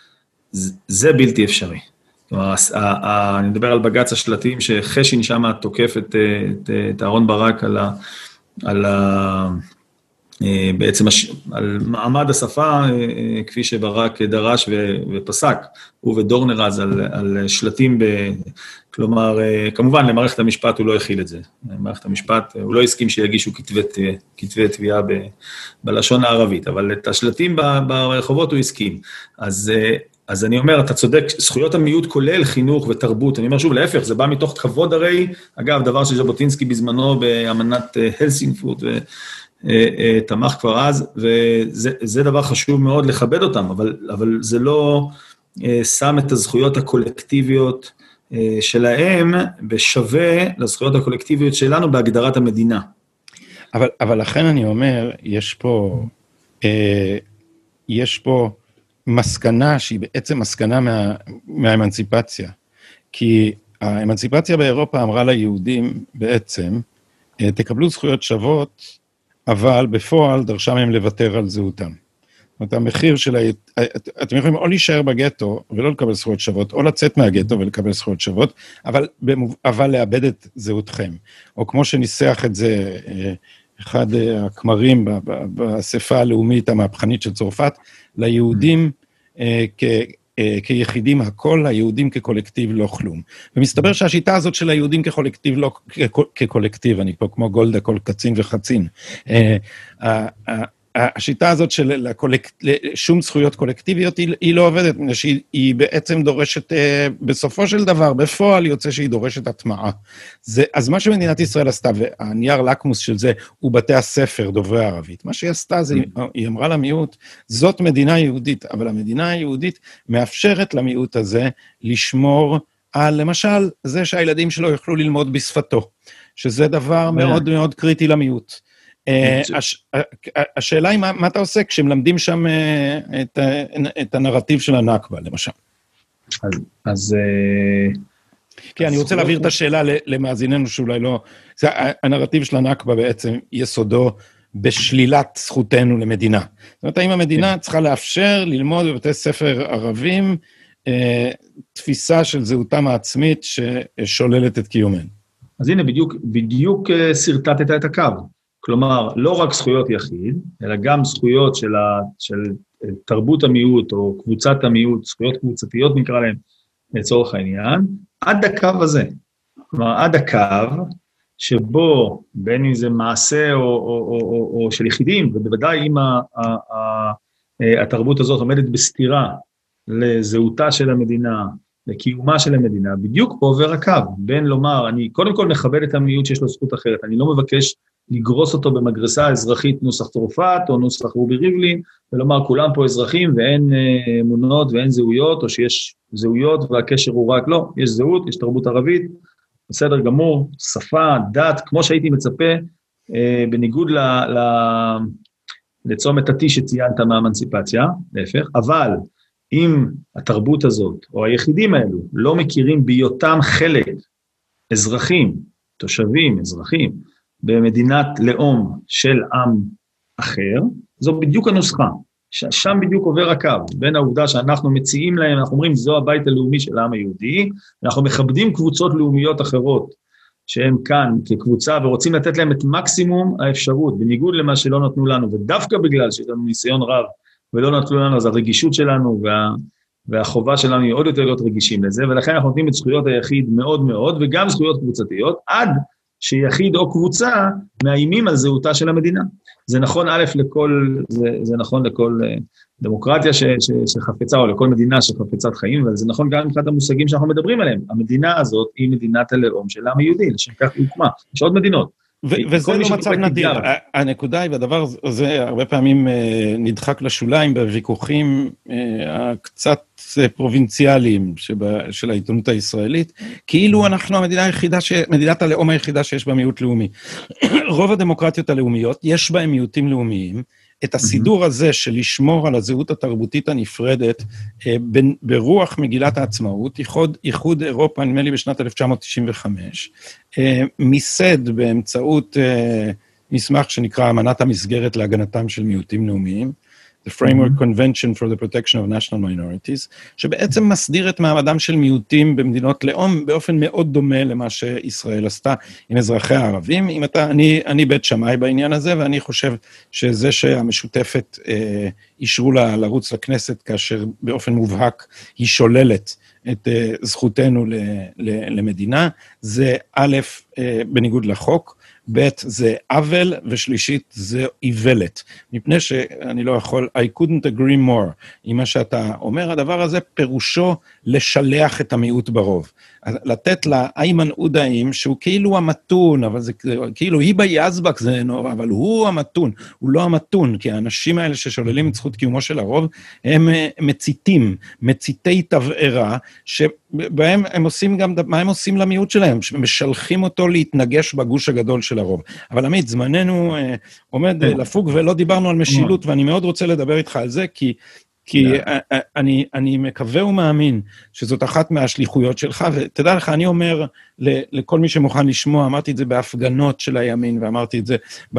זה בלתי אפשרי. כלומר, אני מדבר על בגץ השלטים, שחשין שם תוקף את, את, את אהרון ברק על ה... על ה בעצם על מעמד השפה, כפי שברק דרש ופסק, הוא ודורנר אז על, על שלטים, ב, כלומר, כמובן למערכת המשפט הוא לא הכיל את זה, למערכת המשפט הוא לא הסכים שיגישו כתבי, כתבי תביעה ב, בלשון הערבית, אבל את השלטים ברחובות הוא הסכים, אז, אז אני אומר, אתה צודק, זכויות המיעוט כולל חינוך ותרבות, אני אומר שוב, להפך, זה בא מתוך כבוד הרי, אגב, דבר שז'בוטינסקי בזמנו באמנת הלסינקפורט, ו תמך כבר אז, וזה דבר חשוב מאוד לכבד אותם, אבל, אבל זה לא שם את הזכויות הקולקטיביות שלהם בשווה לזכויות הקולקטיביות שלנו בהגדרת המדינה. אבל, אבל לכן אני אומר, יש פה, יש פה מסקנה שהיא בעצם מסקנה מה, מהאמנציפציה, כי האמנציפציה באירופה אמרה ליהודים בעצם, תקבלו זכויות שוות, אבל בפועל דרשה מהם לוותר על זהותם. זאת אומרת, המחיר של ה... אתם יכולים או להישאר בגטו ולא לקבל זכויות שוות, או לצאת מהגטו ולקבל זכויות שוות, אבל, אבל לאבד את זהותכם. או כמו שניסח את זה אחד הכמרים באספה הלאומית המהפכנית של צרפת, ליהודים כ... כיחידים הכל, היהודים כקולקטיב לא כלום. ומסתבר שהשיטה הזאת של היהודים כקולקטיב לא כקולקטיב, אני פה כמו גולדה, כל קצין וחצין. השיטה הזאת של שום זכויות קולקטיביות היא לא עובדת, שהיא בעצם דורשת, בסופו של דבר, בפועל יוצא שהיא דורשת הטמעה. אז מה שמדינת ישראל עשתה, והנייר לקמוס של זה, הוא בתי הספר דוברי ערבית. מה שהיא עשתה, היא אמרה למיעוט, זאת מדינה יהודית, אבל המדינה היהודית מאפשרת למיעוט הזה לשמור על, למשל, זה שהילדים שלו יוכלו ללמוד בשפתו, שזה דבר מאוד מאוד קריטי למיעוט. השאלה היא, מה אתה עושה כשמלמדים שם את הנרטיב של הנכבה, למשל? אז... כי אני רוצה להעביר את השאלה למאזיננו שאולי לא... הנרטיב של הנכבה בעצם יסודו בשלילת זכותנו למדינה. זאת אומרת, האם המדינה צריכה לאפשר ללמוד בבתי ספר ערבים תפיסה של זהותם העצמית ששוללת את קיומנו? אז הנה, בדיוק סרטטת את הקו. כלומר, לא רק זכויות יחיד, אלא גם זכויות של, ה, של תרבות המיעוט או קבוצת המיעוט, זכויות קבוצתיות נקרא להם לצורך העניין, עד הקו הזה. כלומר, עד הקו שבו בין אם זה מעשה או, או, או, או, או של יחידים, ובוודאי אם ה, ה, ה, התרבות הזאת עומדת בסתירה לזהותה של המדינה, לקיומה של המדינה, בדיוק פה עובר הקו, בין לומר, אני קודם כל מכבד את המיעוט שיש לו זכות אחרת, אני לא מבקש לגרוס אותו במגרסה אזרחית נוסח צרפת, או נוסח רובי ריבלין, ולומר, כולם פה אזרחים, ואין אה, אמונות ואין זהויות, או שיש זהויות, והקשר הוא רק לא, יש זהות, יש תרבות ערבית, בסדר גמור, שפה, דת, כמו שהייתי מצפה, אה, בניגוד ל, ל, לצומת עתי שציינת מהאמנציפציה, להפך, אבל אם התרבות הזאת, או היחידים האלו, לא מכירים בהיותם חלק, אזרחים, תושבים, אזרחים, במדינת לאום של עם אחר, זו בדיוק הנוסחה, שם בדיוק עובר הקו, בין העובדה שאנחנו מציעים להם, אנחנו אומרים, זו הבית הלאומי של העם היהודי, אנחנו מכבדים קבוצות לאומיות אחרות, שהן כאן כקבוצה, ורוצים לתת להם את מקסימום האפשרות, בניגוד למה שלא נתנו לנו, ודווקא בגלל שיש לנו ניסיון רב, ולא נתנו לנו, אז הרגישות שלנו, וה, והחובה שלנו היא עוד יותר להיות רגישים לזה, ולכן אנחנו נותנים את זכויות היחיד מאוד מאוד, וגם זכויות קבוצתיות, עד שיחיד או קבוצה מאיימים על זהותה של המדינה. זה נכון א' לכל, זה, זה נכון לכל דמוקרטיה ש, ש, שחפצה, או לכל מדינה שחפצת חיים, אבל זה נכון גם מבחינת המושגים שאנחנו מדברים עליהם. המדינה הזאת היא מדינת הלאום של העם היהודי, לשם כך היא הוקמה. יש עוד מדינות. וזה לא מצב נדיר. הנקודה היא, והדבר הזה הרבה פעמים נדחק לשוליים בוויכוחים הקצת פרובינציאליים של העיתונות הישראלית, כאילו אנחנו המדינה היחידה, מדינת הלאום היחידה שיש בה מיעוט לאומי. רוב הדמוקרטיות הלאומיות, יש בהן מיעוטים לאומיים, את הסידור הזה של לשמור על הזהות התרבותית הנפרדת, ברוח מגילת העצמאות, איחוד, איחוד אירופה, נדמה לי בשנת אלף תשע מאות תשעים וחמש, מיסד באמצעות מסמך שנקרא אמנת המסגרת להגנתם של מיעוטים לאומיים, The Framework Convention for the Protection of National Minorities, שבעצם מסדיר את מעמדם של מיעוטים במדינות לאום, באופן מאוד דומה למה שישראל עשתה עם אזרחי הערבים. אם אתה, אני, אני בית שמאי בעניין הזה, ואני חושב שזה שהמשותפת אה, אישרו לה לרוץ לכנסת, כאשר באופן מובהק היא שוללת את אה, זכותנו ל, ל, למדינה, זה א', אה, בניגוד לחוק, ב' זה עוול, ושלישית זה איוולת. מפני שאני לא יכול, I couldn't agree more, עם מה שאתה אומר, הדבר הזה פירושו לשלח את המיעוט ברוב. לתת לאיימן עודאים, שהוא כאילו המתון, אבל זה כאילו היבא יזבק זה נורא, אבל הוא המתון, הוא לא המתון, כי האנשים האלה ששוללים את זכות קיומו של הרוב, הם מציתים, מציתי תבערה, שבהם הם עושים גם, מה הם עושים למיעוט שלהם? שמשלחים אותו להתנגש בגוש הגדול של הרוב. אבל עמית, זמננו עומד לפוג, ולא דיברנו על משילות, ואני מאוד רוצה לדבר איתך על זה, כי כי אני, אני מקווה ומאמין שזאת אחת מהשליחויות שלך, ותדע לך, אני אומר לכל מי שמוכן לשמוע, אמרתי את זה בהפגנות של הימין, ואמרתי את זה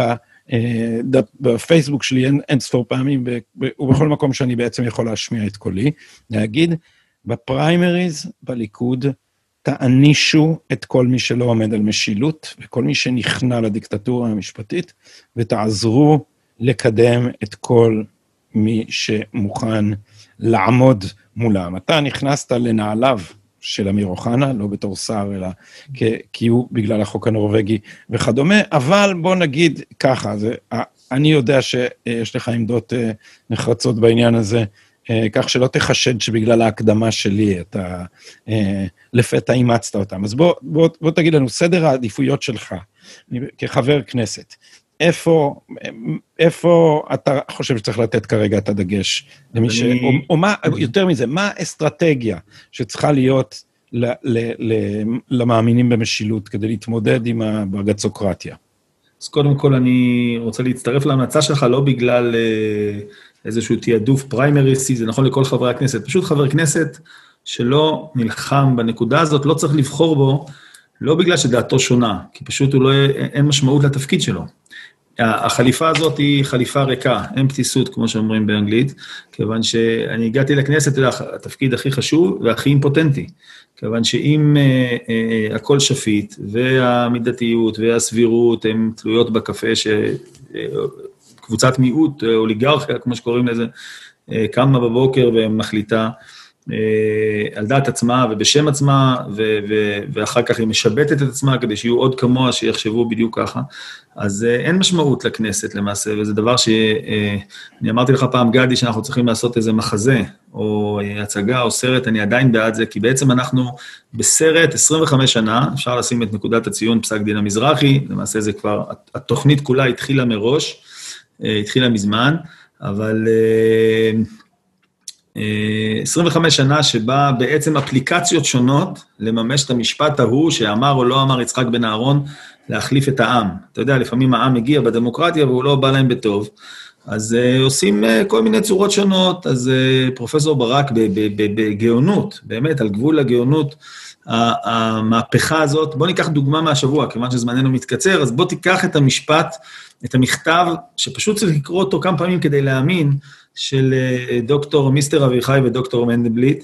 בפייסבוק שלי אין, אין ספור פעמים, ובכל מקום שאני בעצם יכול להשמיע את קולי, להגיד, בפריימריז, בליכוד, תענישו את כל מי שלא עומד על משילות, וכל מי שנכנע לדיקטטורה המשפטית, ותעזרו לקדם את כל מי שמוכן לעמוד מולם. אתה נכנסת לנעליו של אמיר אוחנה, לא בתור שר, אלא כי הוא בגלל החוק הנורווגי וכדומה, אבל בוא נגיד ככה, זה, אני יודע שיש לך עמדות נחרצות בעניין הזה, כך שלא תחשד שבגלל ההקדמה שלי, אתה לפתע אימצת אותם. אז בוא, בוא, בוא תגיד לנו, סדר העדיפויות שלך, כחבר כנסת, איפה, איפה אתה חושב שצריך לתת כרגע את הדגש? למי ש... או, או מה, יותר מזה, מה האסטרטגיה שצריכה להיות ל, ל, ל, למאמינים במשילות, כדי להתמודד עם הבג"צוקרטיה? אז קודם כל אני רוצה להצטרף להמלצה שלך, לא בגלל איזשהו תיעדוף פריימריסטי, זה נכון לכל חברי הכנסת, פשוט חבר כנסת שלא נלחם בנקודה הזאת, לא צריך לבחור בו, לא בגלל שדעתו שונה, כי פשוט הוא לא, אין משמעות לתפקיד שלו. החליפה הזאת היא חליפה ריקה, אין פתיסות, כמו שאומרים באנגלית, כיוון שאני הגעתי לכנסת, זה התפקיד הכי חשוב והכי אימפוטנטי, כיוון שאם אה, אה, הכל שפיט, והמידתיות והסבירות, הן תלויות בקפה שקבוצת מיעוט, אוליגרכיה, כמו שקוראים לזה, אה, קמה בבוקר ומחליטה, על דעת עצמה ובשם עצמה, ו- ו- ואחר כך היא משבטת את עצמה, כדי שיהיו עוד כמוה שיחשבו בדיוק ככה. אז אין משמעות לכנסת למעשה, וזה דבר שאני אמרתי לך פעם, גדי, שאנחנו צריכים לעשות איזה מחזה, או הצגה או סרט, אני עדיין בעד זה, כי בעצם אנחנו בסרט עשרים וחמש שנה, אפשר לשים את נקודת הציון פסק דין המזרחי, למעשה זה כבר, התוכנית כולה התחילה מראש, התחילה מזמן, אבל עשרים וחמש שנה שבה בעצם אפליקציות שונות לממש את המשפט ההוא שאמר או לא אמר יצחק בן אהרון להחליף את העם. אתה יודע, לפעמים העם מגיע בדמוקרטיה והוא לא בא להם בטוב, אז uh, עושים uh, כל מיני צורות שונות, אז uh, פרופסור ברק בגאונות, באמת על גבול הגאונות, המהפכה הזאת, בוא ניקח דוגמה מהשבוע, כיוון שזמננו מתקצר, אז בוא תיקח את המשפט, את המכתב, שפשוט צריך לקרוא אותו כמה פעמים כדי להאמין, של דוקטור מיסטר אביחי ודוקטור מנדלבליט,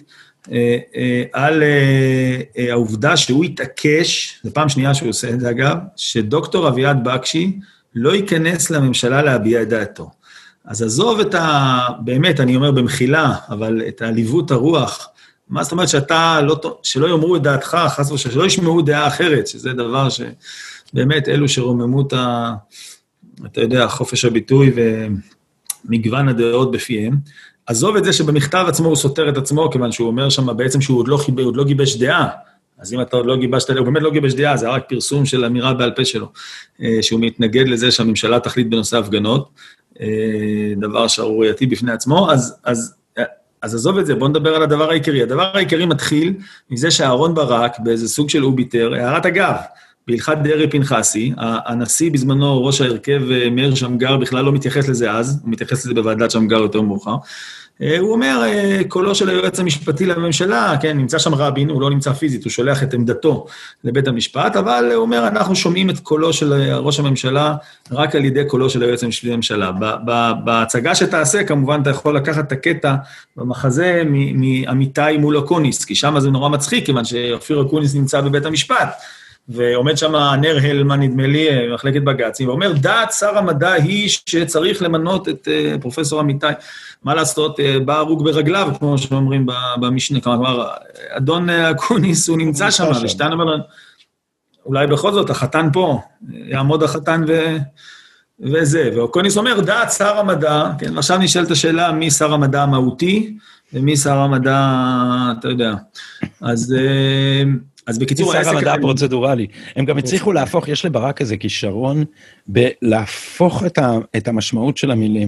על העובדה שהוא התעקש, זו פעם שנייה שהוא עושה את זה אגב, שדוקטור אביעד בקשי לא ייכנס לממשלה להביע את דעתו. אז עזוב את ה... באמת, אני אומר במחילה, אבל את העליבות הרוח, מה זאת אומרת שאתה לא... שלא יאמרו את דעתך, חס ושלום, שלא ישמעו דעה אחרת, שזה דבר שבאמת אלו שרוממו את ה... אתה יודע, חופש הביטוי ו... מגוון הדעות בפיהם, עזוב את זה שבמכתב עצמו הוא סותר את עצמו, כיוון שהוא אומר שם בעצם שהוא עוד לא, עוד לא גיבש דעה, אז אם אתה עוד לא גיבשת, הוא באמת לא גיבש דעה, זה רק פרסום של אמירה בעל פה שלו, שהוא מתנגד לזה שהממשלה תחליט בנושא הפגנות, דבר שערורייתי בפני עצמו, אז, אז, אז עזוב את זה, בוא נדבר על הדבר העיקרי. הדבר העיקרי מתחיל מזה שאהרון ברק, באיזה סוג של אוביטר, הערת אגב, בהלכת דרעי פנחסי, הנשיא בזמנו, ראש ההרכב מאיר שמגר, בכלל לא מתייחס לזה אז, הוא מתייחס לזה בוועדת שמגר יותר מאוחר, הוא אומר, קולו של היועץ המשפטי לממשלה, כן, נמצא שם רבין, הוא לא נמצא פיזית, הוא שולח את עמדתו לבית המשפט, אבל הוא אומר, אנחנו שומעים את קולו של ראש הממשלה, רק על ידי קולו של היועץ המשפטי לממשלה. בהצגה שתעשה, כמובן, אתה יכול לקחת את הקטע במחזה מעמיתי מול אקוניס, כי שם זה נורא מצחיק, כיוון שאופיר אקוניס נמצא בבית המשפט, ועומד שם נר הלמן, נדמה לי, מחלקת בג"צים, ואומר, דעת שר המדע היא שצריך למנות את פרופסור אמיתי, מה לעשות, בא הרוג ברגליו, כמו שאומרים במשנה, כלומר, אדון אקוניס, הוא נמצא שם, ושתן אומר, אולי בכל זאת, החתן פה, יעמוד החתן ו... וזה, ואקוניס אומר, דעת שר המדע, כן, עכשיו נשאלת השאלה, מי שר המדע המהותי, ומי שר המדע, אתה יודע, אז... אז בקיצור, שר המדע הפרוצדורלי. הם גם הצליחו להפוך, יש לברק איזה כישרון, בלהפוך את המשמעות של המילים.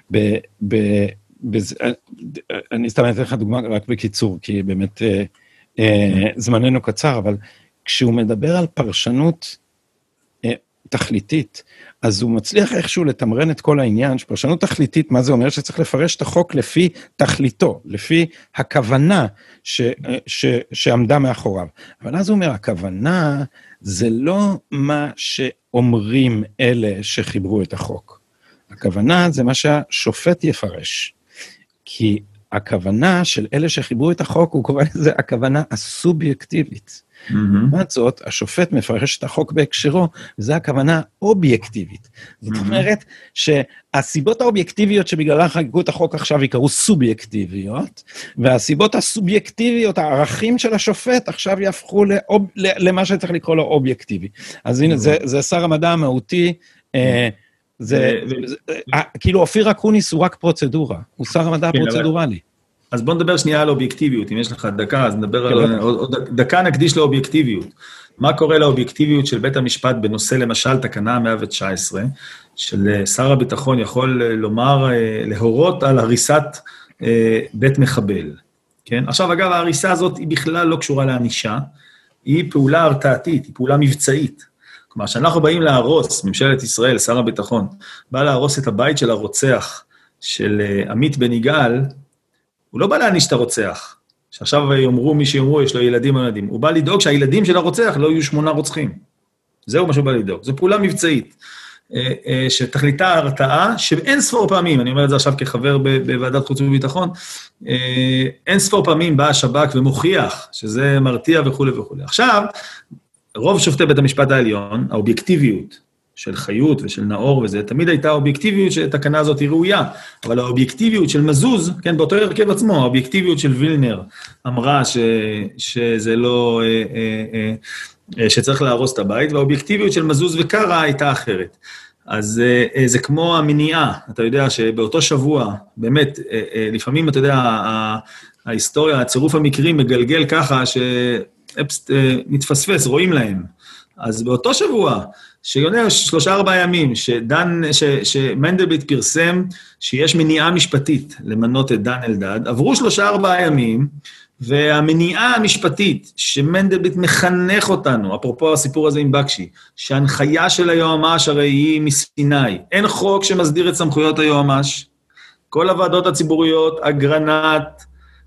אני סתם אתן לך דוגמה רק בקיצור, כי באמת זמננו קצר, אבל כשהוא מדבר על פרשנות תכליתית, אז הוא מצליח איכשהו לתמרן את כל העניין, שפרשנות תכליתית, מה זה אומר? שצריך לפרש את החוק לפי תכליתו, לפי הכוונה ש, ש, שעמדה מאחוריו. אבל אז הוא אומר, הכוונה זה לא מה ש... אומרים אלה שחיברו את החוק. הכוונה זה מה שהשופט יפרש. כי הכוונה של אלה שחיברו את החוק, הוא קורא לזה הכוונה הסובייקטיבית. לעומת זאת, השופט מפרש את החוק בהקשרו, וזה הכוונה אובייקטיבית. זאת אומרת שהסיבות האובייקטיביות שבגללן חגגו את החוק עכשיו יקראו סובייקטיביות, והסיבות הסובייקטיביות, הערכים של השופט, עכשיו יהפכו לאוב, למה שצריך לקרוא לו אובייקטיבי. אז הנה, זה, זה שר המדע המהותי, זה, זה, כאילו אופיר אקוניס הוא רק פרוצדורה, הוא שר המדע הפרוצדורלי. אז בוא נדבר שנייה על אובייקטיביות, אם יש לך דקה, אז נדבר על, עוד דקה נקדיש לאובייקטיביות. מה קורה לאובייקטיביות של בית המשפט בנושא, למשל, תקנה מאה תשע עשרה, של שר הביטחון יכול לומר, להורות על הריסת בית מחבל. כן? עכשיו, אגב, ההריסה הזאת היא בכלל לא קשורה לענישה, היא פעולה הרתעתית, היא פעולה מבצעית. כלומר, שאנחנו באים להרוס, ממשלת ישראל, שר הביטחון, בא להרוס את הבית של הרוצח של עמית בן יגאל, הוא לא בא להעניש את הרוצח, שעכשיו יאמרו מי שיאמרו, יש לו ילדים או ילדים, הוא בא לדאוג שהילדים של הרוצח לא יהיו שמונה רוצחים. זהו מה שהוא בא לדאוג. זו פעולה מבצעית, שתכליתה הרתעה, שאין ספור פעמים, אני אומר את זה עכשיו כחבר בוועדת חוץ וביטחון, אין ספור פעמים בא השב"כ ומוכיח שזה מרתיע וכו' וכו'. עכשיו, רוב שופטי בית המשפט העליון, האובייקטיביות, של חיות ושל נאור וזה, תמיד הייתה אובייקטיביות שהתקנה הזאת היא ראויה, אבל האובייקטיביות של מזוז, כן, באותו הרכב עצמו, האובייקטיביות של וילנר אמרה ש, שזה לא, אה, אה, אה, שצריך להרוס את הבית, והאובייקטיביות של מזוז וקרה הייתה אחרת. אז אה, זה כמו המניעה, אתה יודע שבאותו שבוע, באמת, אה, אה, לפעמים אתה יודע, ההיסטוריה, הצירוף המקרי מגלגל ככה, שאפסט אה, מתפספס, רואים להם. אז באותו שבוע, שיונה שלושה ארבעה ימים, שדן, ש, שמנדלבליט פרסם שיש מניעה משפטית למנות את דן אלדד, עברו שלושה ארבעה ימים, והמניעה המשפטית שמנדלבליט מחנך אותנו, אפרופו הסיפור הזה עם בקשי, שההנחיה של היועמ"ש הרי היא מסיני, אין חוק שמסדיר את סמכויות היועמ"ש, כל הוועדות הציבוריות, אגרנט,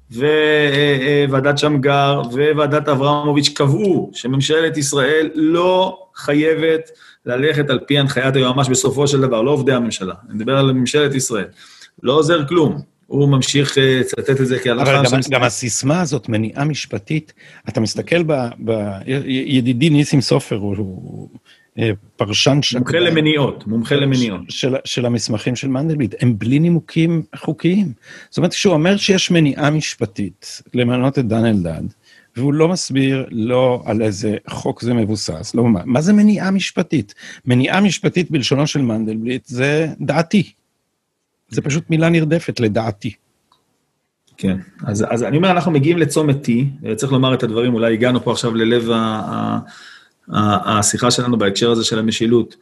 וועדת שמגר, וועדת אברמוביץ' קבעו שממשלת ישראל לא חייבת ללכת על פי הנחיית היועמ"ש בסופו של דבר, לא עובדי הממשלה, אני מדבר על ממשלת ישראל, לא עוזר כלום, הוא ממשיך לצטט את זה כהלכה. אבל גם, גם הסיסמה הזאת, מניעה משפטית, אתה מסתכל ב... ב ידידי ניסים סופר, הוא, הוא פרשן... מומחה למניעות, מומחה למניעות. של, של המסמכים של מנדלבליט, הם בלי נימוקים חוקיים. זאת אומרת, כשהוא אומר שיש מניעה משפטית למנות את דן אלדד, והוא לא מסביר לא על איזה חוק זה מבוסס, לא מה, מה זה מניעה משפטית? מניעה משפטית בלשונו של מנדלבליט זה דעתי. זה פשוט מילה נרדפת לדעתי. כן, אז, אז אני אומר, אנחנו מגיעים לצומת T, צריך לומר את הדברים, אולי הגענו פה עכשיו ללב ה, ה, ה, השיחה שלנו בהקשר הזה של המשילות.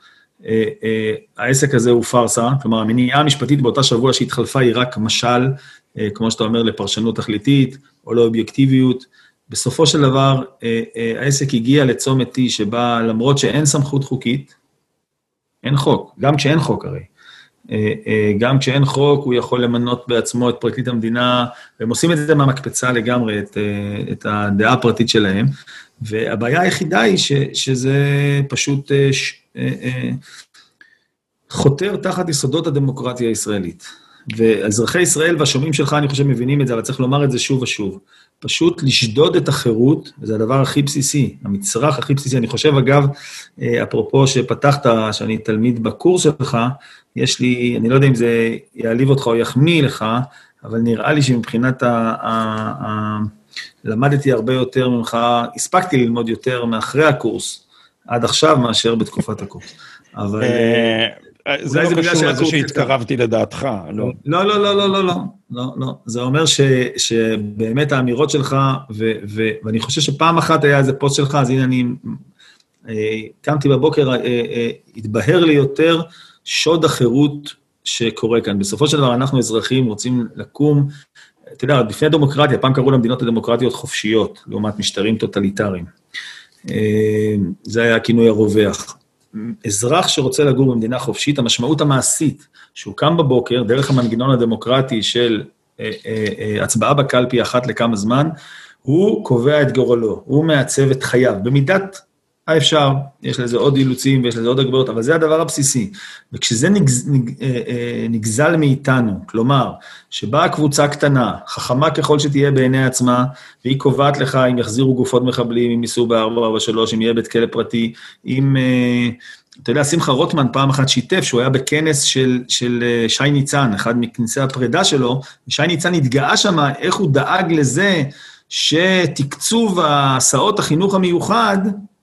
העסק הזה הוא פרסה, כלומר, המניעה המשפטית באותה שבוע שהתחלפה היא רק משל, כמו שאתה אומר, לפרשנות תכליתית, או לאובייקטיביות. בסופו של דבר, העסק הגיע לצומת T שבה, למרות שאין סמכות חוקית, אין חוק, גם כשאין חוק הרי. גם כשאין חוק, הוא יכול למנות בעצמו את פרקליט המדינה, והם עושים את זה מהמקפצה לגמרי, את, את הדעה הפרטית שלהם, והבעיה היחידה היא ש, שזה פשוט ש, חותר תחת יסודות הדמוקרטיה הישראלית. ואזרחי ישראל והשומעים שלך, אני חושב, מבינים את זה, אבל צריך לומר את זה שוב ושוב. פשוט לשדוד את החירות, וזה הדבר הכי בסיסי, המצרך הכי בסיסי. אני חושב, אגב, אפרופו שפתחת, שאני תלמיד בקורס שלך, יש לי, אני לא יודע אם זה יעליב אותך או יחמיא לך, אבל נראה לי שמבחינת ה... ה, ה למדתי הרבה יותר ממך, הספקתי ללמוד יותר מאחרי הקורס, עד עכשיו מאשר בתקופת הקורס. אבל... זה לא קשור לזה שהתקרבתי לדעתך, לא. לא, לא, לא, לא, לא, לא, לא, לא. זה אומר שבאמת האמירות שלך, ואני חושב שפעם אחת היה איזה פוסט שלך, אז הנה אני קמתי בבוקר, התבהר לי יותר שוד החירות שקורה כאן. בסופו של דבר אנחנו אזרחים רוצים לקום, אתה יודע, לפני הדמוקרטיה, פעם קראו למדינות הדמוקרטיות חופשיות, לעומת משטרים טוטליטריים. זה היה הכינוי הרווח. אזרח שרוצה לגור במדינה חופשית, המשמעות המעשית, שהוא קם בבוקר, דרך המנגנון הדמוקרטי של אה, אה, אה, הצבעה בקלפי אחת לכמה זמן, הוא קובע את גורלו, הוא מעצב את חייו, במידת האפשר, יש לזה עוד אילוצים ויש לזה עוד הגבלות, אבל זה הדבר הבסיסי. וכשזה נגז, נג, נגזל מאיתנו, כלומר, שבאה קבוצה קטנה, חכמה ככל שתהיה בעיני עצמה, והיא קובעת לך אם יחזירו גופות מחבלים, אם ייסעו ב-ארבע ארבע שלוש, אם יהיה בית כלא פרטי, אם, אתה יודע, שמחה רוטמן פעם אחת שיתף, שהוא היה בכנס של, של שי ניצן, אחד מכנסי הפרידה שלו, ושי ניצן התגאה שם, איך הוא דאג לזה, שתקצוב ההסעות החינוך המיוחד,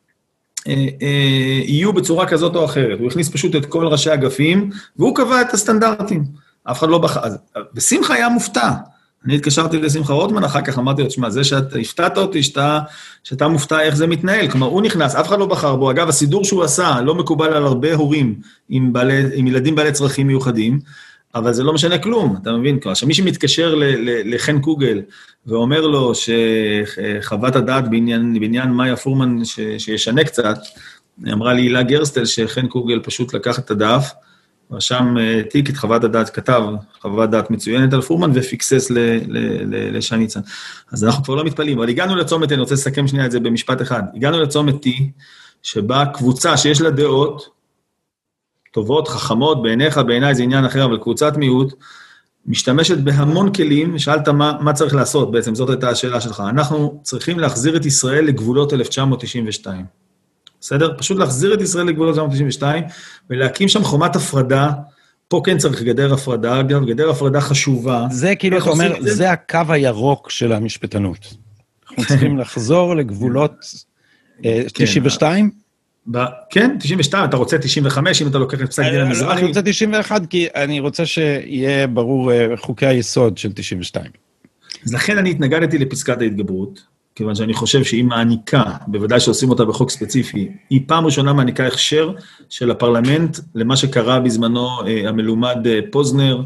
יהיו בצורה כזאת או אחרת. הוא הכניס פשוט את כל ראשי אגפים, והוא קבע את הסטנדרטים. אף אחד לא בחר. ושמחה היה מופתע. אני התקשרתי לשמחה רוטמן, אחר כך אמרתי לו, תשמע, זה שאתה הפתעת אותי, שאתה, שאתה מופתע איך זה מתנהל. כלומר, הוא נכנס, אף אחד לא בחר בו. אגב, הסידור שהוא עשה לא מקובל על הרבה הורים עם, בעלי, עם ילדים בעלי צרכים מיוחדים, אבל זה לא משנה כלום, אתה מבין? עכשיו, מי שמתקשר לחן קוגל, ואומר לו שחוות הדעת בעניין, בעניין מאיה פורמן ש, שישנה קצת, אמרה לי הילה גרסטל שחן קוגל פשוט לקח את הדף, ושם תיק את חוות הדעת, כתב חוות דעת מצוינת על פורמן, ופיקסס לשי ניצן. אז אנחנו כבר לא מתפעלים, אבל הגענו לצומת, אני רוצה לסכם שנייה את זה במשפט אחד, הגענו לצומת T, שבה קבוצה שיש לה דעות, טובות, חכמות, בעיניך, בעיניי זה עניין אחר, אבל קבוצת מיעוט, משתמשת בהמון כלים, שאלת מה, מה צריך לעשות, בעצם זאת הייתה השאלה שלך. אנחנו צריכים להחזיר את ישראל לגבולות אלף תשע מאות תשעים ושתיים. בסדר? פשוט להחזיר את ישראל לגבולות אלף תשע מאות תשעים ושתיים, ולהקים שם חומת הפרדה, פה כן צריך גדר הפרדה, גדר הפרדה חשובה. זה כאילו, אתה אומר, זה? זה הקו הירוק של המשפטנות. אנחנו צריכים לחזור לגבולות תשעים ושתיים? כן, תשעים ושתיים, אתה רוצה תשעים וחמש, אם אתה לוקח את פסק דין המזרחי. אני רוצה תשעים ואחת, כי אני רוצה שיהיה ברור חוקי היסוד של תשעים ושתיים. אז לכן אני התנגדתי לפסקת ההתגברות, כיוון שאני חושב שהיא מעניקה, בוודאי שעושים אותה בחוק ספציפי, היא פעם ראשונה מעניקה הכשר של הפרלמנט, למה שקרה בזמנו המלומד פוזנר,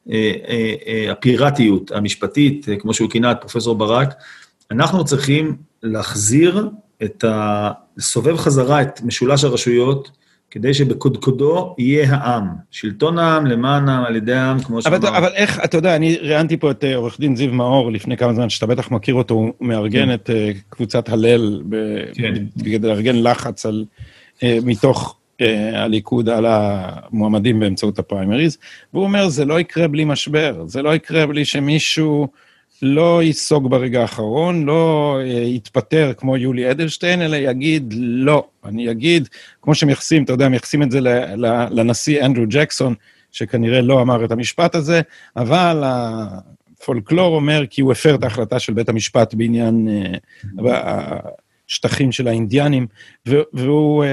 הפיראטיות המשפטית, כמו שהוא כינה את פרופסור ברק, אנחנו צריכים להחזיר את ה... לסובב חזרה את משולש הרשויות, כדי שבקודקודו יהיה העם. שלטון העם, למען העם, על ידי העם, כמו שאמר. אבל, אבל איך, אתה יודע, אני ראיינתי פה את עורך דין זיו מאור, לפני כמה זמן, שאתה בטח מכיר אותו, הוא מארגן כן. את uh, קבוצת הלל, כן. כדי לארגן לחץ על, uh, מתוך uh, הליכוד על המועמדים באמצעות הפריימריז, והוא אומר, זה לא יקרה בלי משבר, זה לא יקרה בלי שמישהו... לא ייסוג ברגע האחרון, לא יתפטר כמו יולי אדלשטיין, אלא יגיד לא. אני אגיד, כמו שמייחסים, אתה יודע, מייחסים את זה לנשיא אנדרו ג'קסון, שכנראה לא אמר את המשפט הזה, אבל הפולקלור אומר כי הוא הפר את ההחלטה של בית המשפט בעניין השטחים של האינדיאנים, והוא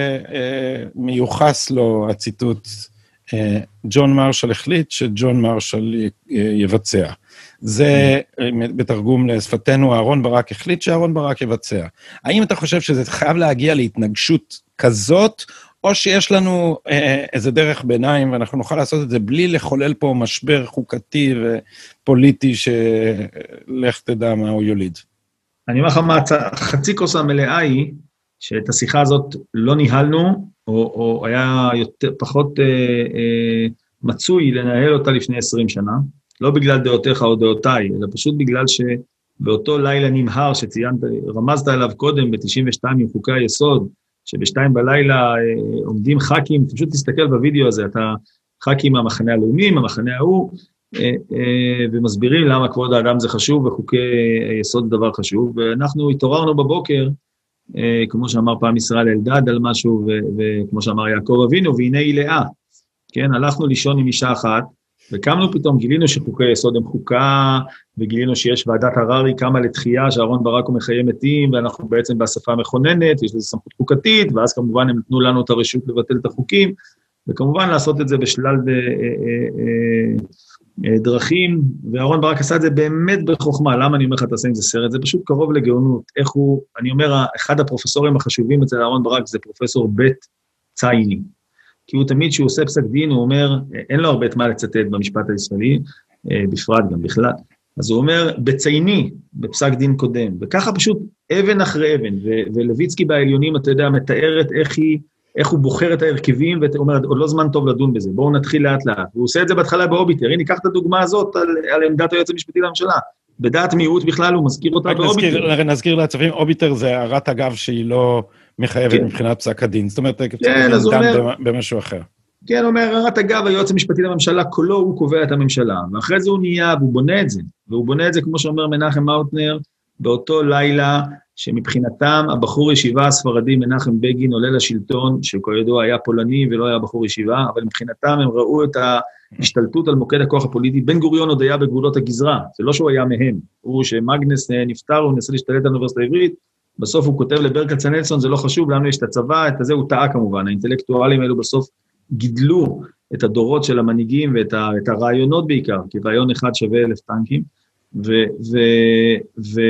מיוחס לו הציטוט, ג'ון מרשל החליט שג'ון מרשל יבצע. זה בתרגום לשפתנו, אהרון ברק החליט שאהרון ברק יבצע. האם אתה חושב שזה חייב להגיע להתנגשות כזאת, או שיש לנו איזה דרך ביניים, ואנחנו נוכל לעשות את זה בלי לחולל פה משבר חוקתי ופוליטי, שלך תדע מה הוא יוליד? אני אומר לך מה, חצי כוס המלאה היא, שאת השיחה הזאת לא ניהלנו, או, או היה יותר, פחות אה, אה, מצוי לנהל אותה לפני עשרים שנה, לא בגלל דעותיך או דעותיי, אלא פשוט בגלל שבאותו לילה נמהר שציינת, רמזת עליו קודם ב-תשעים ושתיים עם חוקי היסוד, שבשתיים בלילה אה, עומדים ח"כים, פשוט תסתכל בווידאו הזה, אתה ח"כים מהמחנה הלאומי, מהמחנה ההוא, אה, אה, ומסבירים למה כבוד האדם זה חשוב, וחוקי היסוד זה דבר חשוב, ואנחנו התעוררנו בבוקר, אה, כמו שאמר פעם ישראל אלדד על משהו, ו- וכמו שאמר יעקב אבינו, והנה היא לאה, כן, הלכנו לישון עם אישה אחת, וקמנו פתאום, גילינו שחוקי יסוד הם חוקה, וגילינו שיש ועדת הררי קמה לתחייה, שאהרון ברק הוא מחיה מתים, ואנחנו בעצם באספה מכוננת, יש לזה סמכות חוקתית, ואז כמובן הם נתנו לנו את הרשות לבטל את החוקים, וכמובן לעשות את זה בשלל ד... דרכים, ואהרון ברק עשה את זה באמת בחוכמה. למה אני אומר לך תעשה עם זה סרט? זה פשוט קרוב לגאונות. איך הוא, אני אומר, אחד הפרופסורים החשובים אצל אהרון ברק זה פרופסור בית צייני. כי הוא תמיד, שהוא עושה פסק דין, הוא אומר, אין לו הרבה מה לצטט במשפט הישראלי, בפרט גם בכלל. אז הוא אומר, בצייני, בפסק דין קודם, וככה פשוט אבן אחרי אבן, ולויצקי בעליונים, אתה יודע, מתארת איך היא, איך הוא בוחר את ההרכבים, ואתה אומר, עוד לא זמן טוב לדון בזה, בואו נתחיל לאט לאט. והוא עושה את זה בהתחלה באוביטר, הנה, ניקח את הדוגמה הזאת על, על עמדת היועץ המשפטי לממשלה. בדעת מיעוט בכלל, הוא מזכיר אותה באוביטר. נזכיר, נזכיר לעצבים, אוביטר זה הערת אגב שהיא לא מחייבת כן. מבחינת פסק הדין, זאת אומרת, פסק כן, הדין דן אומר, במשהו אחר. כן, אומר, הערת אגב, היועץ המשפטי לממשלה, כולו הוא קובע את הממשלה, ואחרי זה הוא נהיה, והוא בונה את זה, והוא בונה את זה, כמו שאומר מנחם מאוטנר, באותו לילה, שמבחינתם הבחור ישיבה הספרדי מנחם בגין עולה לשלטון, שכידוע היה פולני ולא היה בחור ישיבה, אבל מבחינתם הם ראו את ההשתלטות על מוקד הכוח הפוליטי, בן גוריון עוד היה בגבולות הגזרה, זה לא שהוא היה מהם, הוא שמגנס נפטר, הוא נסה להשתלט על האוניברסיטה העברית, בסוף הוא כותב לברל כצנלסון, זה לא חשוב, לנו יש את הצבא, את הזה הוא טעה כמובן, האינטלקטואלים האלו בסוף גידלו את הדורות של המנהיגים ואת ה, את הרעיונות בעיקר, כי רעיון אחד שווה אלף טנקים, ו... ו, ו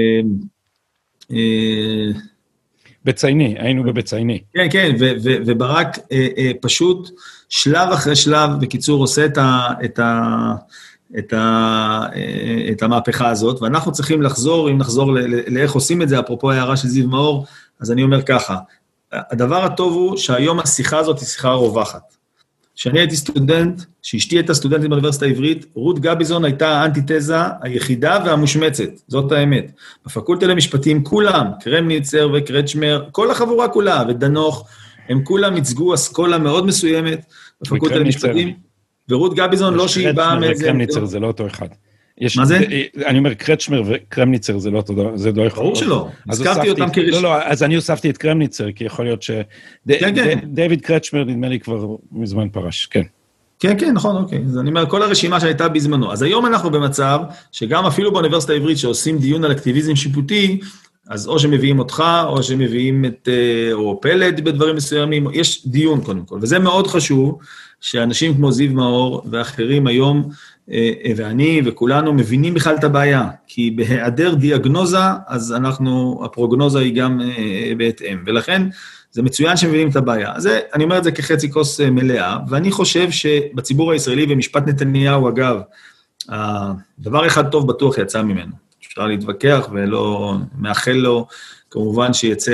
בצייני, היינו בבצייני. כן, כן, ו, ו, וברק אה, אה, פשוט שלב אחרי שלב, בקיצור, עושה את, ה, את, ה, את, ה, אה, את המהפכה הזאת, ואנחנו צריכים לחזור, אם נחזור ל, ל, לאיך עושים את זה, אפרופו הערה של זיו מאור, אז אני אומר ככה, הדבר הטוב הוא שהיום השיחה הזאת היא שיחה רווחת. כשאני הייתי סטודנט, שאשתי הייתה סטודנטית באוניברסיטה העברית, רות גביזון הייתה האנטיתזה היחידה והמושמצת, זאת האמת. בפקולטה למשפטים כולם, קרמניצר וקרצ'מר, כל החבורה כולה, ודנוך, הם כולם ייצגו אסכולה מאוד מסוימת בפקולטה למשפטים, ורות גביזון לא שהיא באה מאיזה... וקרמניצר זה לא אותו אחד. יש, מה זה? אני אומר, קרצ'מר וקרמניצר זה לא אותו דבר, זה לא יכול... ברור שלא, הזכרתי אותם כראשון. לא, לא, אז אני הוספתי את קרמניצר, כי יכול להיות ש... כן, כן. דיוויד קרצ'מר נדמה לי כבר מזמן פרש, כן. כן, כן, נכון, אוקיי. אז אני אומר, כל הרשימה שהייתה בזמנו. אז היום אנחנו במצב, שגם אפילו באוניברסיטה העברית, שעושים דיון על אקטיביזם שיפוטי, אז או שמביאים אותך, או שמביאים את, או פלד בדברים מסוימים, יש דיון קודם כל, וזה מאוד חשוב, שאנשים כמו זיו מאור ואחרים היום, ואני וכולנו מבינים בכלל את הבעיה, כי בהיעדר דיאגנוזה, אז אנחנו, הפרוגנוזה היא גם בהתאם, ולכן זה מצוין שמבינים את הבעיה. אז אני אומר את זה כחצי כוס מלאה, ואני חושב שבציבור הישראלי, ומשפט נתניהו אגב, דבר אחד טוב בטוח יצא ממנו, אפשר להתווכח ולא מאחל לו, כמובן שיצא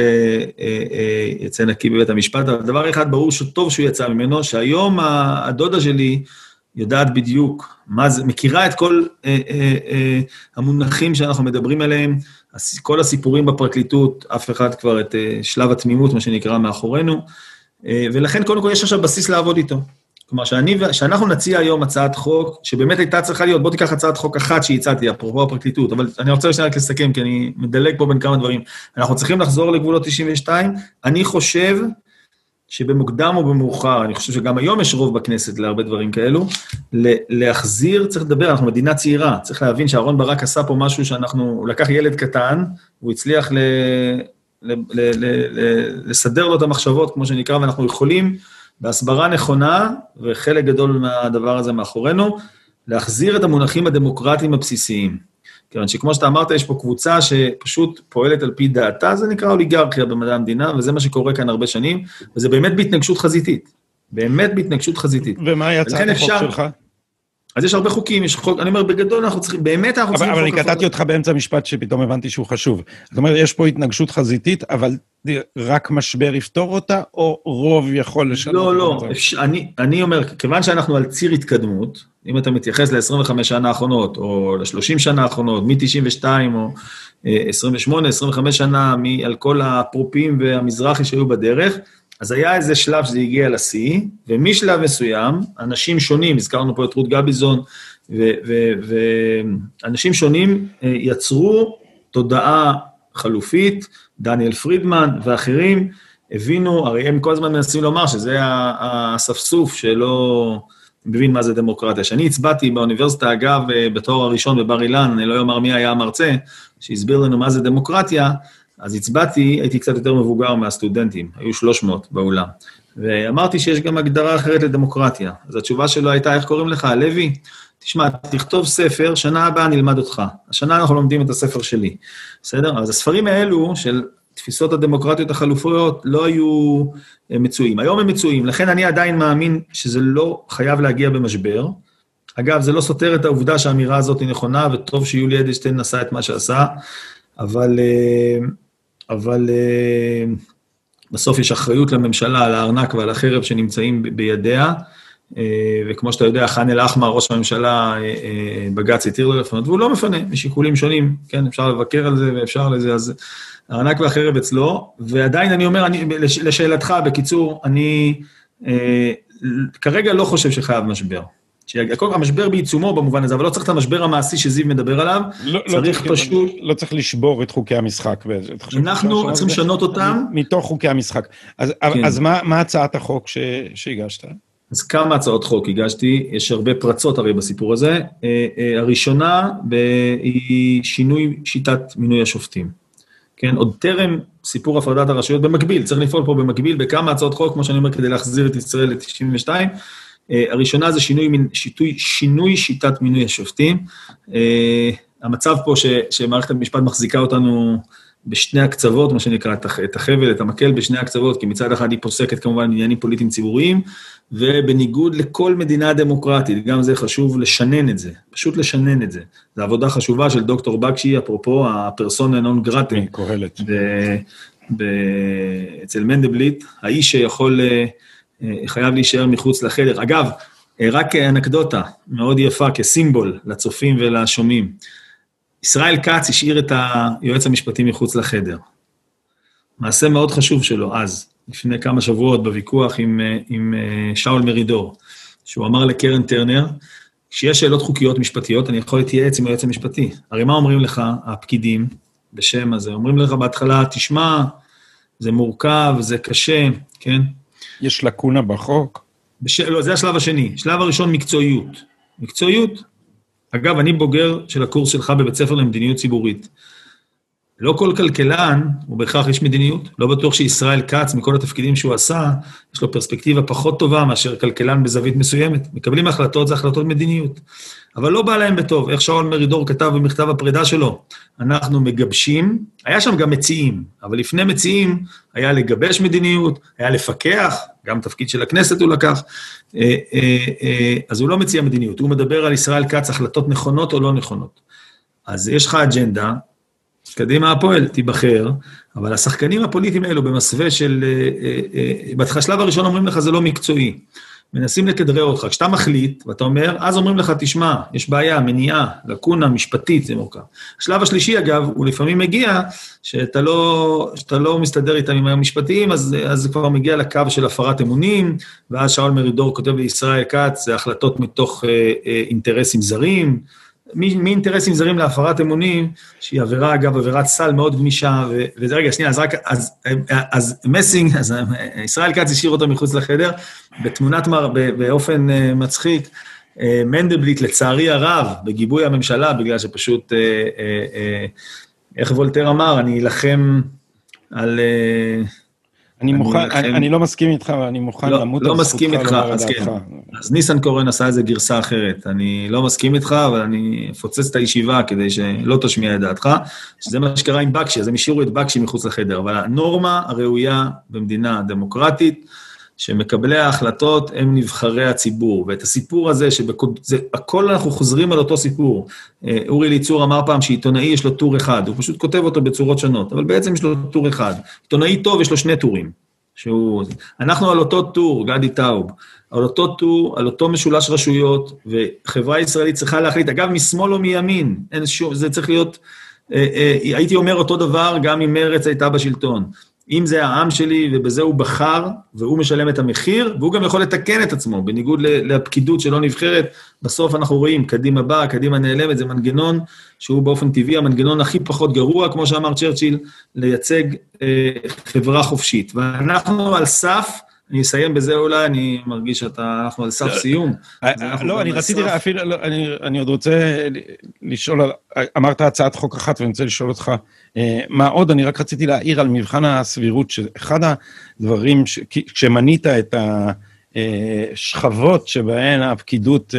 יצא נקי בבית המשפט, אבל דבר אחד ברור שטוב שהוא יצא ממנו, שהיום הדודה שלי יודעת בדיוק מה זה, מכירה את כל אה, אה, אה, המונחים שאנחנו מדברים עליהם, כל הסיפורים בפרקליטות, אף אחד כבר את אה, שלב התמימות, מה שנקרא מאחורינו, אה, ולכן קודם כל יש עכשיו בסיס לעבוד איתו. כלומר, שאני, שאנחנו נציע היום הצעת חוק, שבאמת הייתה צריכה להיות, בוא תיקח הצעת חוק אחת שהצעתי, אפרופו הפרקליטות, אבל אני רוצה לשנייה רק לסכם, כי אני מדלג פה בין כמה דברים. אנחנו צריכים לחזור לגבולות תשעים ושתיים, אני חושב שבמוקדם או במאוחר, אני חושב שגם היום יש רוב בכנסת להרבה דברים כאלו, להחזיר, צריך לדבר, אנחנו מדינה צעירה, צריך להבין שאהרון ברק עשה פה משהו שאנחנו, הוא לקח ילד קטן, הוא הצליח ל, ל, ל, ל, ל, לסדר לו את המחשבות, כמו שנקרא, ואנחנו יכולים, בהסברה נכונה, וחלק גדול מהדבר הזה מאחורינו, להחזיר את המונחים הדמוקרטיים הבסיסיים. כיוון שכמו שאתה אמרת, יש פה קבוצה שפשוט פועלת על פי דעתה, זה נקרא אוליגרכיה במדע המדינה, וזה מה שקורה כאן הרבה שנים, וזה באמת בהתנגשות חזיתית. באמת בהתנגשות חזיתית. ומה יצא את החוק שלך? אז יש הרבה חוקים, יש חוק, אני אומר, בגדול אנחנו צריכים, באמת אנחנו צריכים... אבל אני קטעתי אותך באמצע המשפט שפתאום הבנתי שהוא חשוב. זאת אומרת, יש פה התנגשות חזיתית, אבל רק משבר יפתור אותה, או רוב יכול לשנות? לא, לא, אני, אני אומר, כיוון שאנחנו על ציר התקדמות, אם אתה מתייחס ל-עשרים וחמש שנה האחרונות, או ל-שלושים שנה האחרונות, מ-תשעים ושתיים או עשרים ושמונה, עשרים וחמש שנה, על כל הפרופים והמזרחי שהיו בדרך, אז היה איזה שלב שזה הגיע לשיא, ומשלב מסוים, אנשים שונים, הזכרנו פה את רות גביזון, ואנשים שונים יצרו תודעה חלופית, דניאל פרידמן ואחרים, הבינו, הרי הם כל הזמן מנסים לומר שזה הספסוף שלא מבין מה זה דמוקרטיה. שאני הצבעתי באוניברסיטה, אגב, בתואר הראשון בבר אילן, אני לא אומר מי היה המרצה, שהסביר לנו מה זה דמוקרטיה, אז הצבעתי, הייתי קצת יותר מבוגר מהסטודנטים, היו שלוש מאות באולם, ואמרתי שיש גם הגדרה אחרת לדמוקרטיה. אז התשובה שלו הייתה, איך קוראים לך, לוי? תשמע, תכתוב ספר, שנה הבאה נלמד אותך. השנה אנחנו לומדים את הספר שלי. בסדר? אז הספרים האלו של תפיסות הדמוקרטיות החלופיות לא היו מצויים. היום הם מצויים, לכן אני עדיין מאמין שזה לא חייב להגיע במשבר. אגב, זה לא סותר את העובדה שהאמירה הזאת היא נכונה, וטוב שיולי אדלשטיין עשה את מה שעשה, אבל, אבל בסוף יש אחריות לממשלה על הארנק ועל החרב שנמצאים בידיה, וכמו שאתה יודע, חאן אל-אחמר, ראש הממשלה, בג"ץ התיר לו לפנות, והוא לא מפנה, משיקולים שונים, כן, אפשר לבקר על זה ואפשר לזה, אז הארנק והחרב אצלו, ועדיין אני אומר, אני, לשאלתך, בקיצור, אני כרגע לא חושב שחייב משבר. המשבר בעיצומו במובן הזה, אבל לא צריך את המשבר המעשי שזיו מדבר עליו, צריך פשוט... לא צריך לשבור את חוקי המשחק. אנחנו צריכים לשנות אותם. מתוך חוקי המשחק. אז מה הצעת החוק שהגשת? אז כמה הצעות חוק הגשתי, יש הרבה פרצות הרי בסיפור הזה. הראשונה היא שינוי שיטת מינוי השופטים. כן, עוד טרם סיפור הפרדת הרשויות במקביל, צריך לפעול פה במקביל בכמה הצעות חוק, כמו שאני אומר, כדי להחזיר את ישראל ל-תשעים ושתיים. הראשונה זה שינוי, שיטוי, שינוי שיטת מינוי השופטים. המצב פה ש, שמערכת המשפט מחזיקה אותנו בשני הקצוות, מה שנקרא, את החבל, את המקל בשני הקצוות, כי מצד אחד היא פוסקת כמובן עניינים פוליטיים ציבוריים, ובניגוד לכל מדינה דמוקרטית, גם זה חשוב לשנן את זה, פשוט לשנן את זה. זו עבודה חשובה של דוקטור בקשי, אפרופו הפרסונה נון גרטה, אצל מנדלבליט, האיש שיכול, חייב להישאר מחוץ לחדר. אגב, רק אנקדוטה מאוד יפה כסימבול לצופים ולשומעים. ישראל כץ השאיר את היועץ המשפטי מחוץ לחדר. מעשה מאוד חשוב שלו אז, לפני כמה שבועות בוויכוח עם, עם שאול מרידור, שהוא אמר לקרן טרנר, כשיש שאלות חוקיות משפטיות, אני יכול להתייעץ עם היועץ המשפטי. הרי מה אומרים לך הפקידים בשם הזה? אומרים לך בהתחלה, תשמע, זה מורכב, זה קשה, כן? יש לקונה בחוק? בש... לא, זה השלב השני. שלב הראשון, מקצועיות. מקצועיות. אגב, אני בוגר של הקורס שלך בבית ספר למדיניות ציבורית. לא כל כלכלן, הוא בהכרח יש מדיניות, לא בטוח שישראל כץ, מכל התפקידים שהוא עשה, יש לו פרספקטיבה פחות טובה מאשר כלכלן בזווית מסוימת. מקבלים החלטות, זה החלטות מדיניות. אבל לא בא להם בטוב, איך שאול מרידור כתב במכתב הפרידה שלו, אנחנו מגבשים, היה שם גם מציעים, אבל לפני מציעים היה לגבש מדיניות, היה לפקח, גם תפקיד של הכנסת הוא לקח, אז הוא לא מציע מדיניות, הוא מדבר על ישראל כץ, החלטות נכונות או לא נכונות. אז יש לך אג'נדה, קדימה הפועל, תיבחר, אבל השחקנים הפוליטיים האלו במסווה של, בשלב הראשון אומרים לך זה לא מקצועי, מנסים לכדרר אותך, כשאתה מחליט, ואתה אומר, אז אומרים לך, תשמע, יש בעיה, מניעה, לקונה, משפטית, זה מורכב. השלב השלישי, אגב, הוא לפעמים מגיע, שאתה לא, שאתה לא מסתדר איתם עם המשפטיים, אז, אז זה כבר מגיע לקו של הפרת אמונים, ואז שאול מרידור כותב לישראל כץ, זה החלטות מתוך אה, אה, אינטרסים זרים, מאינטרסים זרים להפרת אמונים, שהיא עבירה, אגב, עבירת סל מאוד גמישה, ו, וזה רגע, שנייה, אז רק, אז, אז מסינג, אז ישראל כץ השאיר אותו מחוץ לחדר, בתמונת, באופן מצחיק, מנדלבליט, לצערי הרב, בגיבוי הממשלה, בגלל שפשוט, איך וולטר אמר, אני אלחם על... אני מוכן, אני לא מסכים איתך, אבל אני מוכן למות על זכותך לומר את דעתך. אז ניסנקורן עשה איזה גרסה אחרת, אני לא מסכים איתך, אבל אני אפוצץ את הישיבה כדי שלא תשמיע את דעתך, שזה מה שקרה עם בקשי, אז הם השאירו את בקשי מחוץ לחדר, אבל הנורמה הראויה במדינה דמוקרטית, שמקבלי ההחלטות הם נבחרי הציבור, ואת הסיפור הזה, שהכל אנחנו חוזרים על אותו סיפור, אורי ליצור אמר פעם שעיתונאי יש לו טור אחד, הוא פשוט כותב אותו בצורות שונות, אבל בעצם יש לו טור אחד, עיתונאי טוב יש לו שני טורים, שהוא, אנחנו על אותו טור, גדי טאוב, על אותו טור, על אותו משולש רשויות, וחברה ישראלית צריכה להחליט, אגב משמאל או מימין, אין שום, זה צריך להיות, הייתי אומר אותו דבר, גם אם מרץ הייתה בשלטון, אם זה העם שלי, ובזה הוא בחר, והוא משלם את המחיר, והוא גם יכול לתקן את עצמו, בניגוד לפקידות שלא נבחרת, בסוף אנחנו רואים, קדימה בא, קדימה נעלמת, זה מנגנון, שהוא באופן טבעי, המנגנון הכי פחות גרוע, כמו שאמר צ'רצ'יל, לייצג אה, חברה חופשית. ואנחנו על סף, אני אסיים בזה אולי, אני מרגיש שאנחנו על סף סיום. לא, אני רציתי, אפילו, אני עוד רוצה לשאול, אמרת הצעת חוק אחת, ואני רוצה לשאול אותך, מה עוד? אני רק רציתי להעיר על מבחן הסבירות, שאחד הדברים, כשמנית את השכבות שבהן הפקידות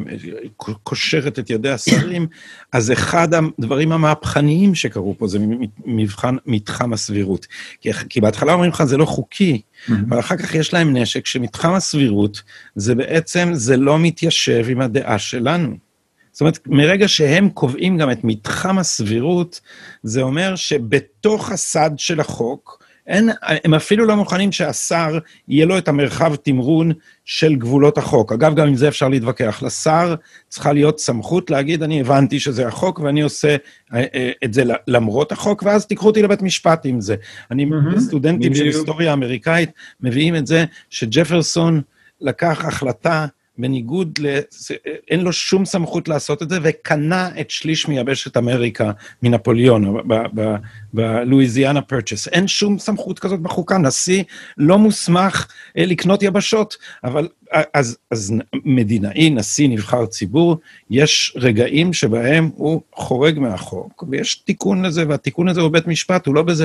קושרת את ידי השרים, אז אחד הדברים המהפכניים שקרו פה, זה מבחן מתחם הסבירות. כי בהתחלה אומרים לך, זה לא חוקי, אבל אחר כך יש להם נשק, שמתחם הסבירות, זה בעצם, זה לא מתיישב עם הדעה שלנו. זאת אומרת, מרגע שהם קובעים גם את מתחם הסבירות, זה אומר שבתוך הסד של החוק, אין, הם אפילו לא מוכנים שהשר יהיה לו את המרחב תמרון של גבולות החוק. אגב, גם עם זה אפשר להתווכח. לשר צריכה להיות סמכות להגיד, אני הבנתי שזה החוק, ואני עושה את זה למרות החוק, ואז תיקחו אותי לבית משפט עם זה. אני, mm-hmm. סטודנטים של היסטוריה אמריקאית, מביאים את זה שג'פרסון לקח החלטה, בניגוד, אין לו שום סמכות לעשות את זה, וקנה את שליש מיבשת אמריקה מנפוליאון, בלואיזיאנה פרצ'ס. אין שום סמכות כזאת בחוקה, נשיא לא מוסמך לקנות יבשות, אבל אז, אז מדינאי, נשיא נבחר ציבור, יש רגעים שבהם הוא חורג מהחוק, ויש תיקון לזה, והתיקון הזה הוא בית משפט, הוא לא בזה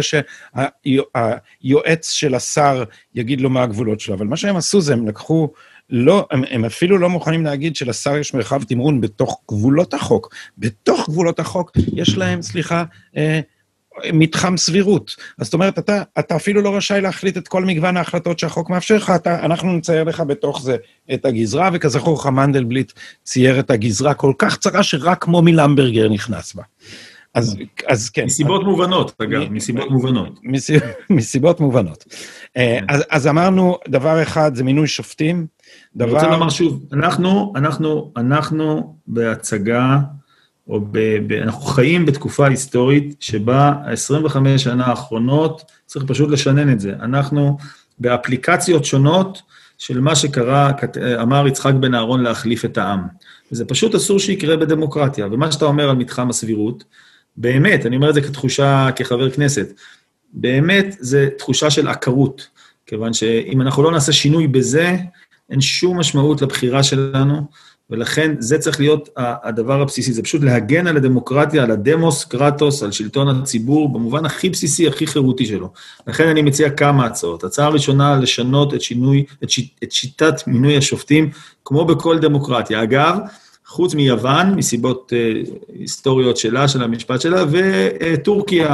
שהיועץ של השר יגיד לו מה הגבולות שלו, אבל מה שהם עשו זה, הם לקחו, לא, הם, הם אפילו לא מוכנים להגיד שלשר יש מרחב תמרון בתוך גבולות החוק. בתוך גבולות החוק יש להם, סליחה, אה, מתחם סבירות. אז זאת אומרת, אתה, אתה אפילו לא רשאי להחליט את כל מגוון ההחלטות שהחוק מאפשר לך, אתה, אנחנו נצייר לך בתוך זה את הגזרה, וכזכור לך מנדלבליט צייר את הגזרה כל כך צרה שרק מומי למברגר נכנס בה. אז, אז כן. מסיבות אז, מובנות, אגב, מ, מסיבות מובנות. מסיב, מסיבות מובנות. אז, אז אמרנו, דבר אחד זה מינוי שופטים, אני רוצה לומר שוב, אנחנו, אנחנו, אנחנו בהצגה, או ב, ב, אנחנו חיים בתקופה היסטורית, שבה ה-עשרים וחמש שנה האחרונות, צריך פשוט לשנן את זה. אנחנו באפליקציות שונות, של מה שקרה, אמר יצחק בן אהרון להחליף את העם. וזה פשוט אסור שיקרה בדמוקרטיה. ומה שאתה אומר על מתחם הסבירות, באמת, אני אומר את זה כתחושה, כחבר כנסת, באמת זה תחושה של עקרות, כיוון שאם אנחנו לא נעשה שינוי בזה, אין שום משמעות לבחירה שלנו, ולכן זה צריך להיות הדבר הבסיסי, זה פשוט להגן על הדמוקרטיה, על הדמוס, קרטוס, על שלטון הציבור, במובן הכי בסיסי, הכי חירותי שלו. לכן אני מציע כמה הצעות. הצעה הראשונה, לשנות את, שינוי, את, ש, את שיטת מינוי השופטים, כמו בכל דמוקרטיה. אגב, חוץ מיוון, מסיבות uh, היסטוריות שלה, של המשפט שלה, וטורקיה,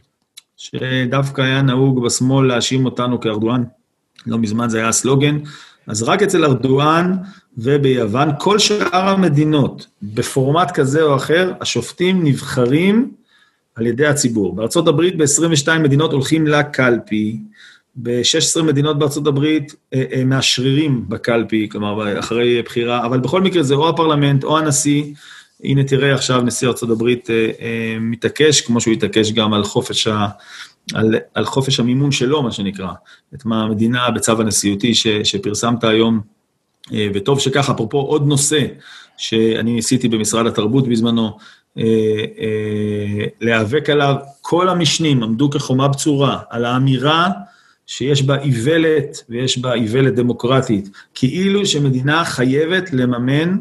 שדווקא היה נהוג בשמאל להאשים אותנו כארדואן, לא מזמן זה היה הסלוגן, אז רק אצל ארדואן וביוון, כל שאר המדינות, בפורמט כזה או אחר, השופטים נבחרים על ידי הציבור. בארצות הברית, ב-עשרים ושתיים מדינות הולכים לקלפי, ב-שש עשרה מדינות בארצות הברית אה, אה, מאשררים בקלפי, כלומר, אחרי בחירה, אבל בכל מקרה זה או הפרלמנט או הנשיא, הנה תראה עכשיו נשיא ארצות הברית אה, אה, מתעקש, כמו שהוא יתעקש גם על חופש ה... על, על חופש המימון שלו, מה שנקרא, את מה המדינה בצו הנשיאותי ש, שפרסמת היום, וטוב שכך, אפרופו עוד נושא שאני ניסיתי במשרד התרבות בזמנו, להיאבק עליו, כל המשנים עמדו כחומה בצורה, על האמירה שיש בה איוולת, ויש בה איוולת דמוקרטית, כאילו שמדינה חייבת לממן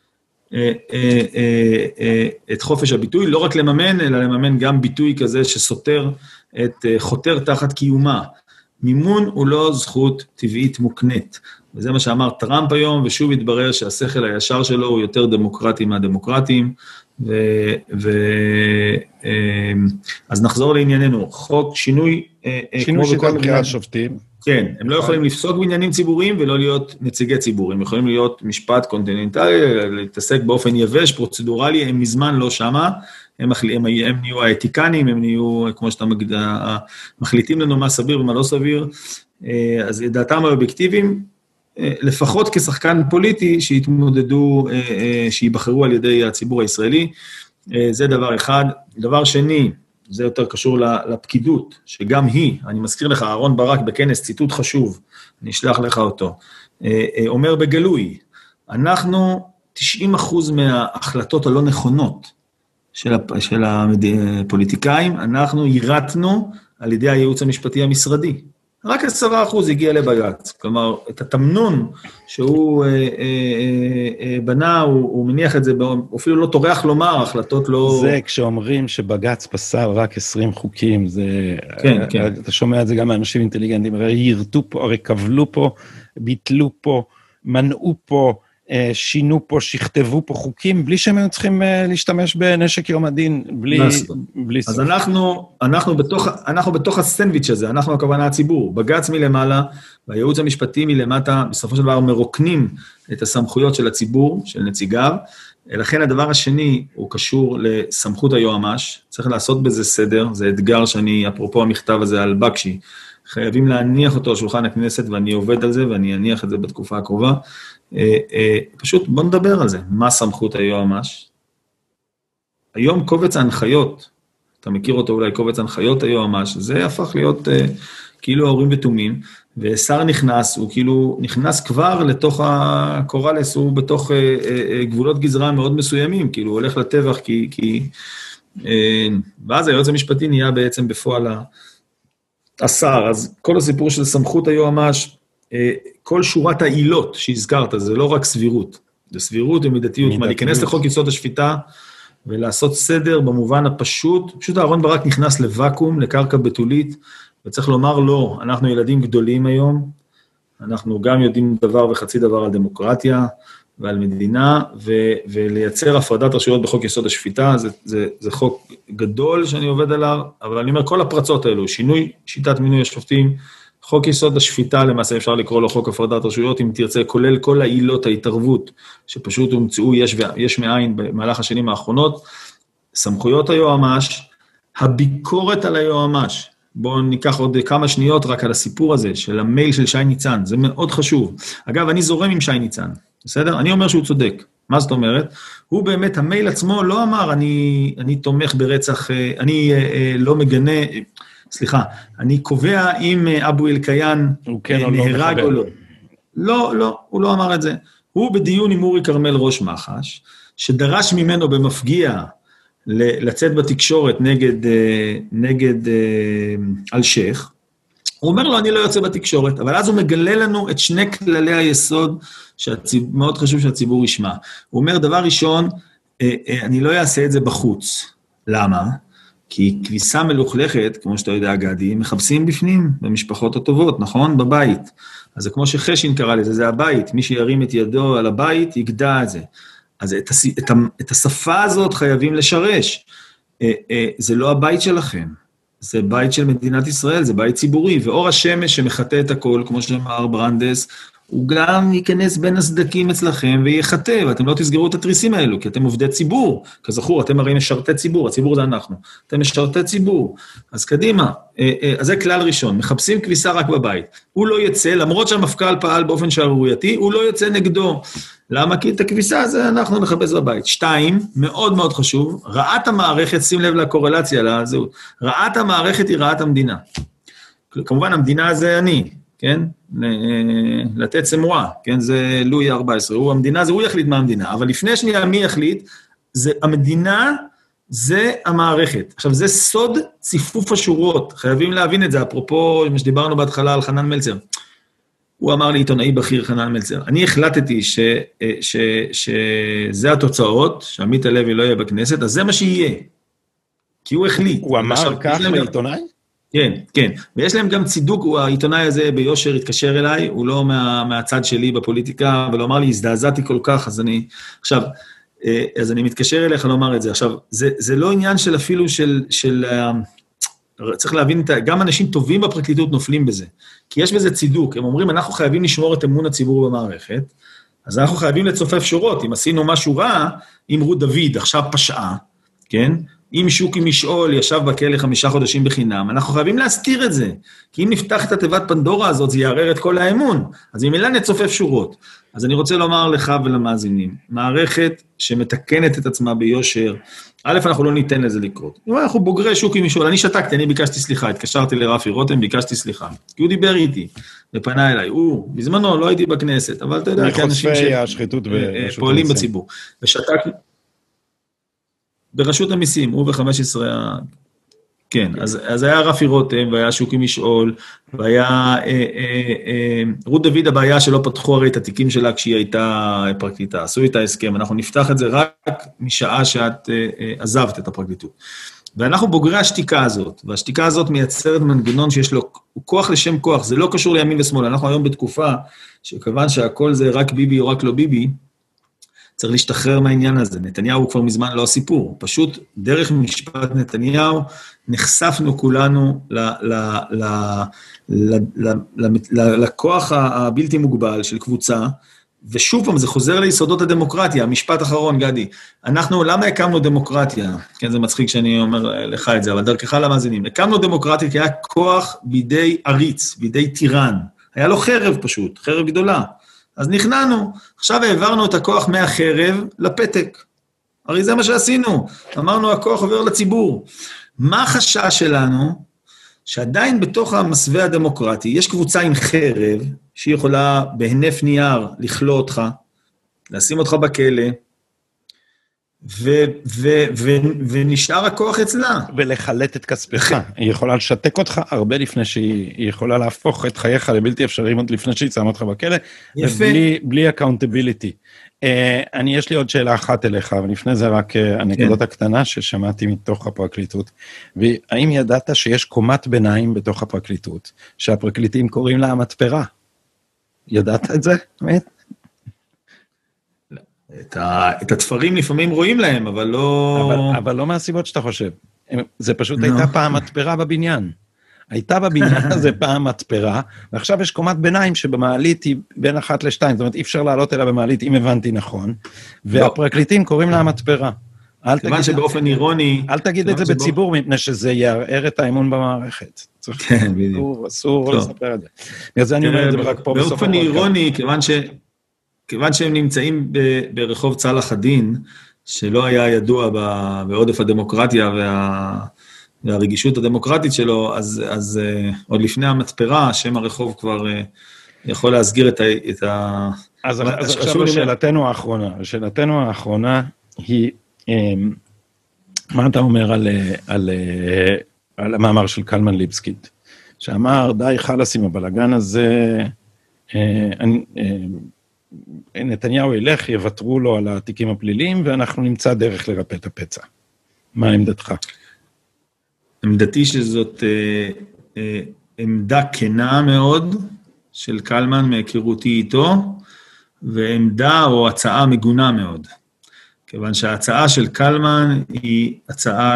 את חופש הביטוי, לא רק לממן, אלא לממן גם ביטוי כזה שסותר את חותר תחת קיומה. מימון הוא לא זכות טבעית מוקנית. וזה מה שאמר טראמפ היום, ושוב התברר שהשכל הישר שלו הוא יותר דמוקרטי מהדמוקרטים, ו, ו, אז נחזור לענייננו. חוק שינוי... שינוי שיטת בחירת שופטים. כן, הם לא יכולים לפסוק בעניינים ציבוריים ולא להיות נציגי ציבור, הם יכולים להיות משפט קונטיננטלי, להתעסק באופן יבש, פרוצדורלי, הם מזמן לא שמה, הם, הם, הם נהיו האתיקנים, הם נהיו, כמו שאתה מגד... מחליטים לנו מה סביר ומה לא סביר, אז דעתם האובייקטיביים, לפחות כשחקן פוליטי, שיתמודדו, שיבחרו על ידי הציבור הישראלי, זה דבר אחד. דבר שני, זה יותר קשור לפקידות, שגם היא, אני מזכיר לך, אהרון ברק בכנס, ציטוט חשוב, אני אשלח לך אותו, אומר בגלוי, אנחנו תשעים אחוז מההחלטות הלא נכונות של, של הפוליטיקאים, אנחנו ירתנו על ידי הייעוץ המשפטי המשרדי. רק עשרה אחוז הגיע לבג"ץ, כלומר, את התמנון שהוא אה, אה, אה, בנה, הוא, הוא מניח את זה, הוא אפילו לא טורח לומר, החלטות לא... זה כשאומרים שבג"ץ פסל רק עשרים חוקים, זה... כן, כן. אתה שומע את זה גם מאנשים אינטליגנטים, הרי ירתו פה, הרי קבלו פה, ביטלו פה, מנעו פה, שינו פה, שכתבו פה חוקים, בלי שהם היו צריכים להשתמש בנשק יום הדין, בלי, בלי סוף. אז אנחנו, אנחנו בתוך, אנחנו בתוך הסנדוויץ' הזה, אנחנו הכוונה הציבור, בג"ץ מלמעלה, והייעוץ המשפטי מלמטה, בסופו של דבר מרוקנים את הסמכויות של הציבור, של נציגיו, לכן הדבר השני הוא קשור לסמכות היועמ"ש, צריך לעשות בזה סדר, זה אתגר שאני, אפרופו המכתב הזה על בקשי, חייבים להניח אותו על שולחן הכנסת, ואני עובד על זה, ואני אניח את זה בתקופה הקרובה. פשוט בוא נדבר על זה. מה סמכות היועמ"ש? היום קובץ ההנחיות, אתה מכיר אותו אולי, קובץ ההנחיות היועמ"ש, זה הפך להיות כאילו ההורים ותומים, ושר נכנס, הוא כאילו נכנס כבר לתוך הקורלס, הוא בתוך גבולות גזרה מאוד מסוימים, כאילו הוא הולך לטבח, כי, כי, ואז היועץ המשפטי נהיה בעצם בפועל השר, אז כל הסיפור של סמכות היועמ"ש, כל שורת העילות שהזכרת, זה לא רק סבירות, זה סבירות ומידתיות, מה להיכנס לחוק יסוד השפיטה, ולעשות סדר במובן הפשוט, פשוט אהרון ברק נכנס לוואקום, לקרקע בתולית, וצריך לומר לא, אנחנו ילדים גדולים היום, אנחנו גם יודעים דבר וחצי דבר על דמוקרטיה ועל מדינה, ו- ולייצר הפרדת רשויות בחוק יסוד השפיטה, זה, זה, זה חוק גדול שאני עובד עליו, אבל אני אומר, כל הפרצות האלו, שינוי שיטת מינוי השופטים, חוק יסוד השפיטה, למעשה אפשר לקרוא לו חוק הפרדת רשויות, אם תרצה, כולל כל העילות ההתערבות, שפשוט הומצאו יש, יש מאין במהלך השנים האחרונות, סמכויות היועמ"ש, הביקורת על היועמ"ש, בואו ניקח עוד כמה שניות רק על הסיפור הזה, של המייל של שי ניצן, זה מאוד חשוב. אגב, אני זורם עם שי ניצן, בסדר? אני אומר שהוא צודק. מה זאת אומרת? הוא באמת, המייל עצמו לא אמר, אני, אני תומך ברצח, אני אה, לא מגנה, סליחה, אני קובע אם אבו אלקיעאן נהרג או לא. לא, לא, הוא לא אמר את זה. הוא בדיון עם אורי כרמל ראש מח"ש, שדרש ממנו במפגיע, לצאת בתקשורת נגד, נגד אלשיך, הוא אומר לו, אני לא יוצא בתקשורת, אבל אז הוא מגלה לנו את שני כללי היסוד, שמאוד חשוב שהציבור ישמע. הוא אומר, דבר ראשון, אני לא אעשה את זה בחוץ. למה? כי כביסה מלוכלכת, כמו שאתה יודע, גדי, מחפשים בפנים, במשפחות הטובות, נכון? בבית. אז זה כמו שחשין קרא לזה, זה הבית. מי שירים את ידו על הבית, יגדע את זה. אז את, הס... את, ה... את השפה הזאת חייבים לשרש. זה לא הבית שלכם, זה בית של מדינת ישראל, זה בית ציבורי, ואור השמש שמחטא את הכל, כמו שאמר ברנדס, הוא גם ייכנס בין הסדקים אצלכם ויחטא, ואתם לא תסגרו את התריסים האלו, כי אתם עובדי ציבור, כזכור, אתם הרי משרתי ציבור, הציבור זה אנחנו, אתם משרתי ציבור, אז קדימה, אז זה כלל ראשון, מחפשים כביסה רק בבית, הוא לא יצא, למרות שהמפכ"ל פעל באופן שערורייתי, הוא לא יצא נגדו, למה? כי את הכביסה הזה אנחנו נחפש בבית. שתיים, מאוד מאוד חשוב, רעת המערכת, שים לב לקורלציה, לזהות, רעת המערכת היא רעת המדינה, כמובן המדינה זה אני, כן? לתת סמואה, כן? זה לואי ארבע עשרה, הוא המדינה, זה הוא יחליט מה המדינה, אבל לפני שנייה מי יחליט, זה המדינה, זה המערכת. עכשיו, זה סוד ציפוף השורות, חייבים להבין את זה, אפרופו מה שדיברנו בהתחלה על חנן מלצר, הוא אמר לי עיתונאי בכיר חנן מלצר, אני החלטתי ש, ש, שזה התוצאות, שעמית הלוי לא יהיה בכנסת, אז זה מה שיהיה, כי הוא החליט. הוא אמר כך לעיתונאי? כן, כן, ויש להם גם צידוק, הוא, העיתונאי הזה ביושר התקשר אליי, הוא לא מה, מהצד שלי בפוליטיקה, אבל הוא אמר לי, הזדעזעתי כל כך, אז אני, עכשיו, אז אני מתקשר אליך לומר את זה, עכשיו, זה, זה לא עניין של אפילו של, של, צריך להבין, גם אנשים טובים בפרקליטות נופלים בזה, כי יש בזה צידוק, הם אומרים, אנחנו חייבים לשמור את אמון הציבור במערכת, אז אנחנו חייבים לצופף שורות, אם עשינו משהו רע, אם רות דוד עכשיו פשעה, כן? אם שוקי משאול ישב בכלא חמישה חודשים בחינם, אנחנו חייבים להסתיר את זה, כי אם נפתח את התיבת פנדורה הזאת, זה יערער את כל האמון, אז ממילא נצופף שורות. אז אני רוצה לומר לך ולמאזינים, מערכת שמתקנת את עצמה ביושר, א', אנחנו לא ניתן לזה לקרות. אנחנו בוגרי שוקי משאול, אני שתקתי, אני ביקשתי סליחה, התקשרתי לרפי רותם, ביקשתי סליחה, כי הוא דיבר איתי, ופנה אליי, הוא, בזמנו לא הייתי בכנסת, אבל אתה יודע, כאנשים שפועלים בציבור, ושתקתי, ברשות המיסים, הוא ב-חמש עשרה, כן, אז, אז היה רפי רותם, והיה שוקי משאול, והיה אה, אה, אה, רות דוד, הבעיה שלא פתחו הרי את התיקים שלה כשהיא הייתה פרקליטה, עשו איתה הסכם, אנחנו נפתח את זה רק משעה שאת אה, אה, עזבת את הפרקליטות. ואנחנו בוגרי השתיקה הזאת, והשתיקה הזאת מייצרת מנגנון שיש לו כוח לשם כוח, זה לא קשור לימין ושמאל, אנחנו היום בתקופה שכיוון שהכל זה רק ביבי או רק לא ביבי, צריך להשתחרר מהעניין הזה. נתניהו הוא כבר מזמן לא הסיפור. פשוט דרך משפט נתניהו נחשפנו כולנו ל, ל, ל, ל, ל, ל, ל, לכוח הבלתי מוגבל של קבוצה, ושוב פעם, זה חוזר ליסודות הדמוקרטיה, המשפט אחרון, גדי, אנחנו, למה הקמנו דמוקרטיה? כן, זה מצחיק שאני אומר לך את זה, אבל דרכך למאזינים, הקמנו דמוקרטיה כי היה כוח בידי עריץ, בידי טירן, היה לו חרב פשוט, חרב גדולה, אז נכנענו, עכשיו העברנו את הכוח מהחרב לפתק, הרי זה מה שעשינו, אמרנו הכוח עובר לציבור, מה החשש שלנו? שעדיין בתוך המסווה הדמוקרטי, יש קבוצה עם חרב, שהיא יכולה בהנף נייר לכלוא אותך, לשים אותך בכלא, ו- ו- ו- ונשאר הכוח אצלה. ולחלט את כספך. היא יכולה לשתק אותך הרבה לפני שהיא יכולה להפוך את חייך לבלתי אפשריים עוד לפני שהיא שמה אותך בכלא, ובלי, בלי accountability. Uh, אני, יש לי עוד שאלה אחת אליך, ולפני זה רק uh, הנקודות כן. הקטנה ששמעתי מתוך הפרקליטות, והאם ידעת שיש קומת ביניים בתוך הפרקליטות, שהפרקליטים קוראים לה המתפרה? ידעת את זה? באמת? את, ה, את התפרים לפעמים רואים להם, אבל לא... אבל, אבל לא מהסיבות שאתה חושב. זה פשוט no. הייתה פעם מתפרה בבניין. הייתה בבניין הזה פעם מתפרה, ועכשיו יש קומת ביניים שבמעלית היא בין אחת לשתיים, זאת אומרת, אי אפשר לעלות אליה במעלית, אם הבנתי נכון, והפרקליטים קוראים לה מתפרה. כיוון שבאופן אירוני... אל תגיד את זה בציבור, מפני שזה יערער את האמון במערכת. כן, בדיוק. אסור לספר את זה. בגלל זה אני אומר את זה רק פה בסוף. באופן אירוני, כיוון שהם נמצאים ברחוב צלאח א-דין, שלא היה ידוע בעודף הדמוקרטיה וה... והרגישות הדמוקרטית שלו, אז, אז uh, עוד לפני המתפרה, שם הרחוב כבר uh, יכול להסגיר את ה... את ה... אז, אז, אז עכשיו שאלתנו האחרונה, שאלתנו האחרונה היא, um, מה אתה אומר על, על, על המאמר של קלמן ליבסקיד, שאמר, די חלאס עם הבלגן הזה, uh, אני, uh, נתניהו ילך, יוותרו לו על התיקים הפליליים, ואנחנו נמצא דרך לרפא את הפצע. מה עמדתך? עמדתי שזאת אה, אה, עמדה כנה מאוד של קלמן מהיכרותי איתו, ועמדה או הצעה מגונה מאוד. כיוון שההצעה של קלמן היא הצעה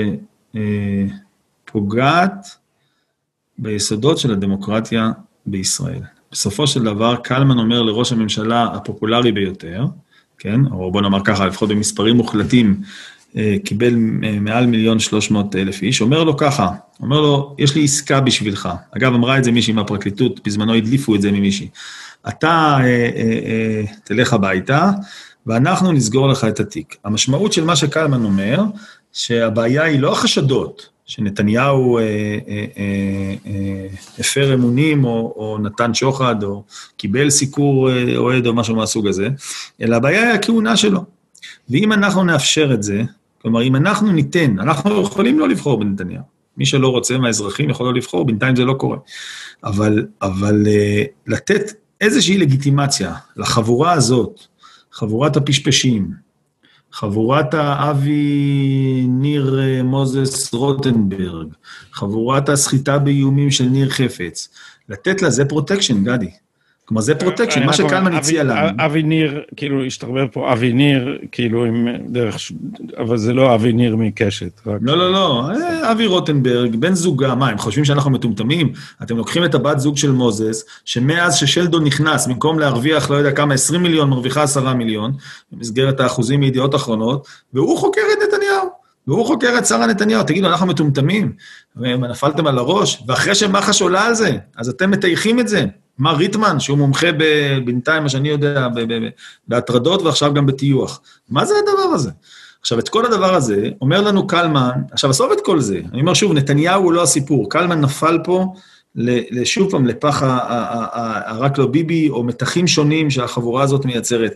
שפוגעת אה, ביסודות של הדמוקרטיה בישראל. בסופו של דבר, קלמן אומר לראש הממשלה הפופולרי ביותר, כן? או בוא נאמר ככה, לפחות במספרים מוחלטים, קיבל מעל מיליון שלוש מאות אלף איש, אומר לו ככה, אומר לו, יש לי עסקה בשבילך. אגב, אמרה את זה מישהי מהפרקליטות, בזמנו הדליפו את זה ממישהי. אתה אה, אה, אה, תלך הביתה, ואנחנו נסגור לך את התיק. המשמעות של מה שקלמן אומר, שהבעיה היא לא החשדות, שנתניהו אה, אה, אה, אה, הפר אמונים, או, או נתן שוחד, או קיבל סיקור אה, אוהד, או משהו מהסוג הזה, אלא הבעיה היא הכהונה שלו. ואם אנחנו נאפשר את זה, כלומר, אם אנחנו ניתן, אנחנו יכולים לא לבחור בנתניהו. מי שלא רוצה מהאזרחים יכול לא לבחור, בינתיים זה לא קורה. אבל, אבל uh, לתת איזושהי לגיטימציה לחבורה הזאת, חבורת הפשפשים, חבורת האבי ניר מוזס רוטנברג, חבורת הסחיטה באיומים של ניר חפץ, לתת לזה פרוטקשן, גדי. כלומר, זה פרוטקשן, מה שקלמן הציע לנו. אבי ניר, כאילו, השתרבר פה אבי ניר, כאילו, עם דרך, אבל זה לא אבי ניר מקשת. לא, לא, לא, אבי רוטנברג, בן זוגה, מה, הם חושבים שאנחנו מטומטמים? אתם לוקחים את הבת זוג של מוזס, שמאז ששלדון נכנס, במקום להרוויח, לא יודע כמה, עשרים מיליון, מרוויחה עשרה מיליון, במסגרת האחוזים מידיעות אחרונות, והוא חוקר את נתניהו, והוא חוקר את שרה נתניהו, תגידו, אנחנו מטומטמים, ונפלתם על הראש, ואחרי שמח"ש עולה על זה, אז אתם מתייחים את זה. מר ריטמן, שהוא מומחה בינתיים, מה שאני יודע, בהטרדות ועכשיו גם בטיוח. מה זה הדבר הזה? עכשיו, את כל הדבר הזה, אומר לנו קלמן, עכשיו, עשוב את כל זה, אני אומר שוב, נתניהו הוא לא הסיפור, קלמן נפל פה, לשוב פעם, לפח הרק לא ביבי, או מתחים שונים שהחבורה הזאת מייצרת.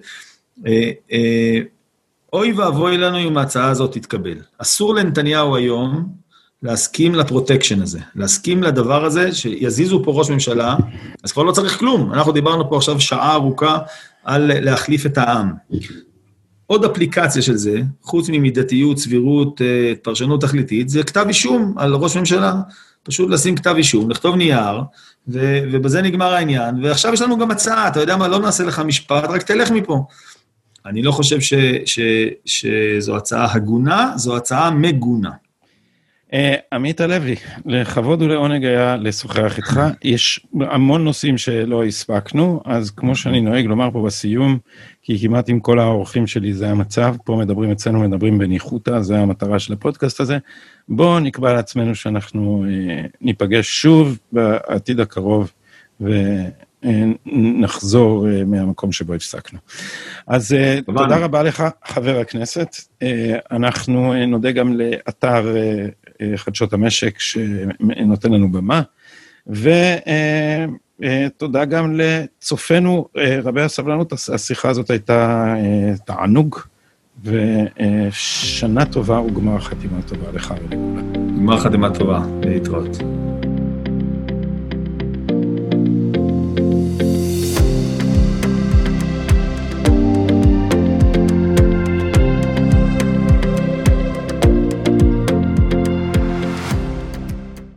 אוי ואבוי לנו אם ההצעה הזאת תתקבל. אסור לנתניהו היום, להסכים לפרוטקשן הזה, להסכים לדבר הזה, שיזיזו פה ראש ממשלה, אז כבר לא צריך כלום, אנחנו דיברנו פה עכשיו שעה ארוכה, על להחליף את העם. עוד אפליקציה של זה, חוץ ממידתיות, סבירות, פרשנות תכליתית, זה כתב אישום על ראש ממשלה, פשוט לשים כתב אישום, לכתוב נייר, ו- ובזה נגמר העניין, ועכשיו יש לנו גם הצעה, אתה יודע מה, לא נעשה לך משפט, רק תלך מפה. אני לא חושב ש- ש- שזו הצעה הגונה, זו הצעה מגונה. עמית הלוי, לכבוד ולעונג היה לשוחח איתך, יש המון נושאים שלא הספקנו, אז כמו שאני נוהג לומר פה בסיום, כי כמעט עם כל האורחים שלי זה המצב, פה מדברים אצלנו, מדברים בניחותא, זה המטרה של הפודקאסט הזה, בואו נקבע לעצמנו שאנחנו ניפגש שוב בעתיד הקרוב, ונחזור מהמקום שבו הפסקנו. אז תודה, תודה רבה לך, חבר הכנסת, אנחנו נודה גם לאתר חדשות המשק שנותן לנו במה, ותודה גם לצופנו רבי הסבלנות, השיחה הזאת הייתה תענוג, ושנה טובה וגמר חתימה טובה לך ולכולם. גמר חתימה טובה, להתראות.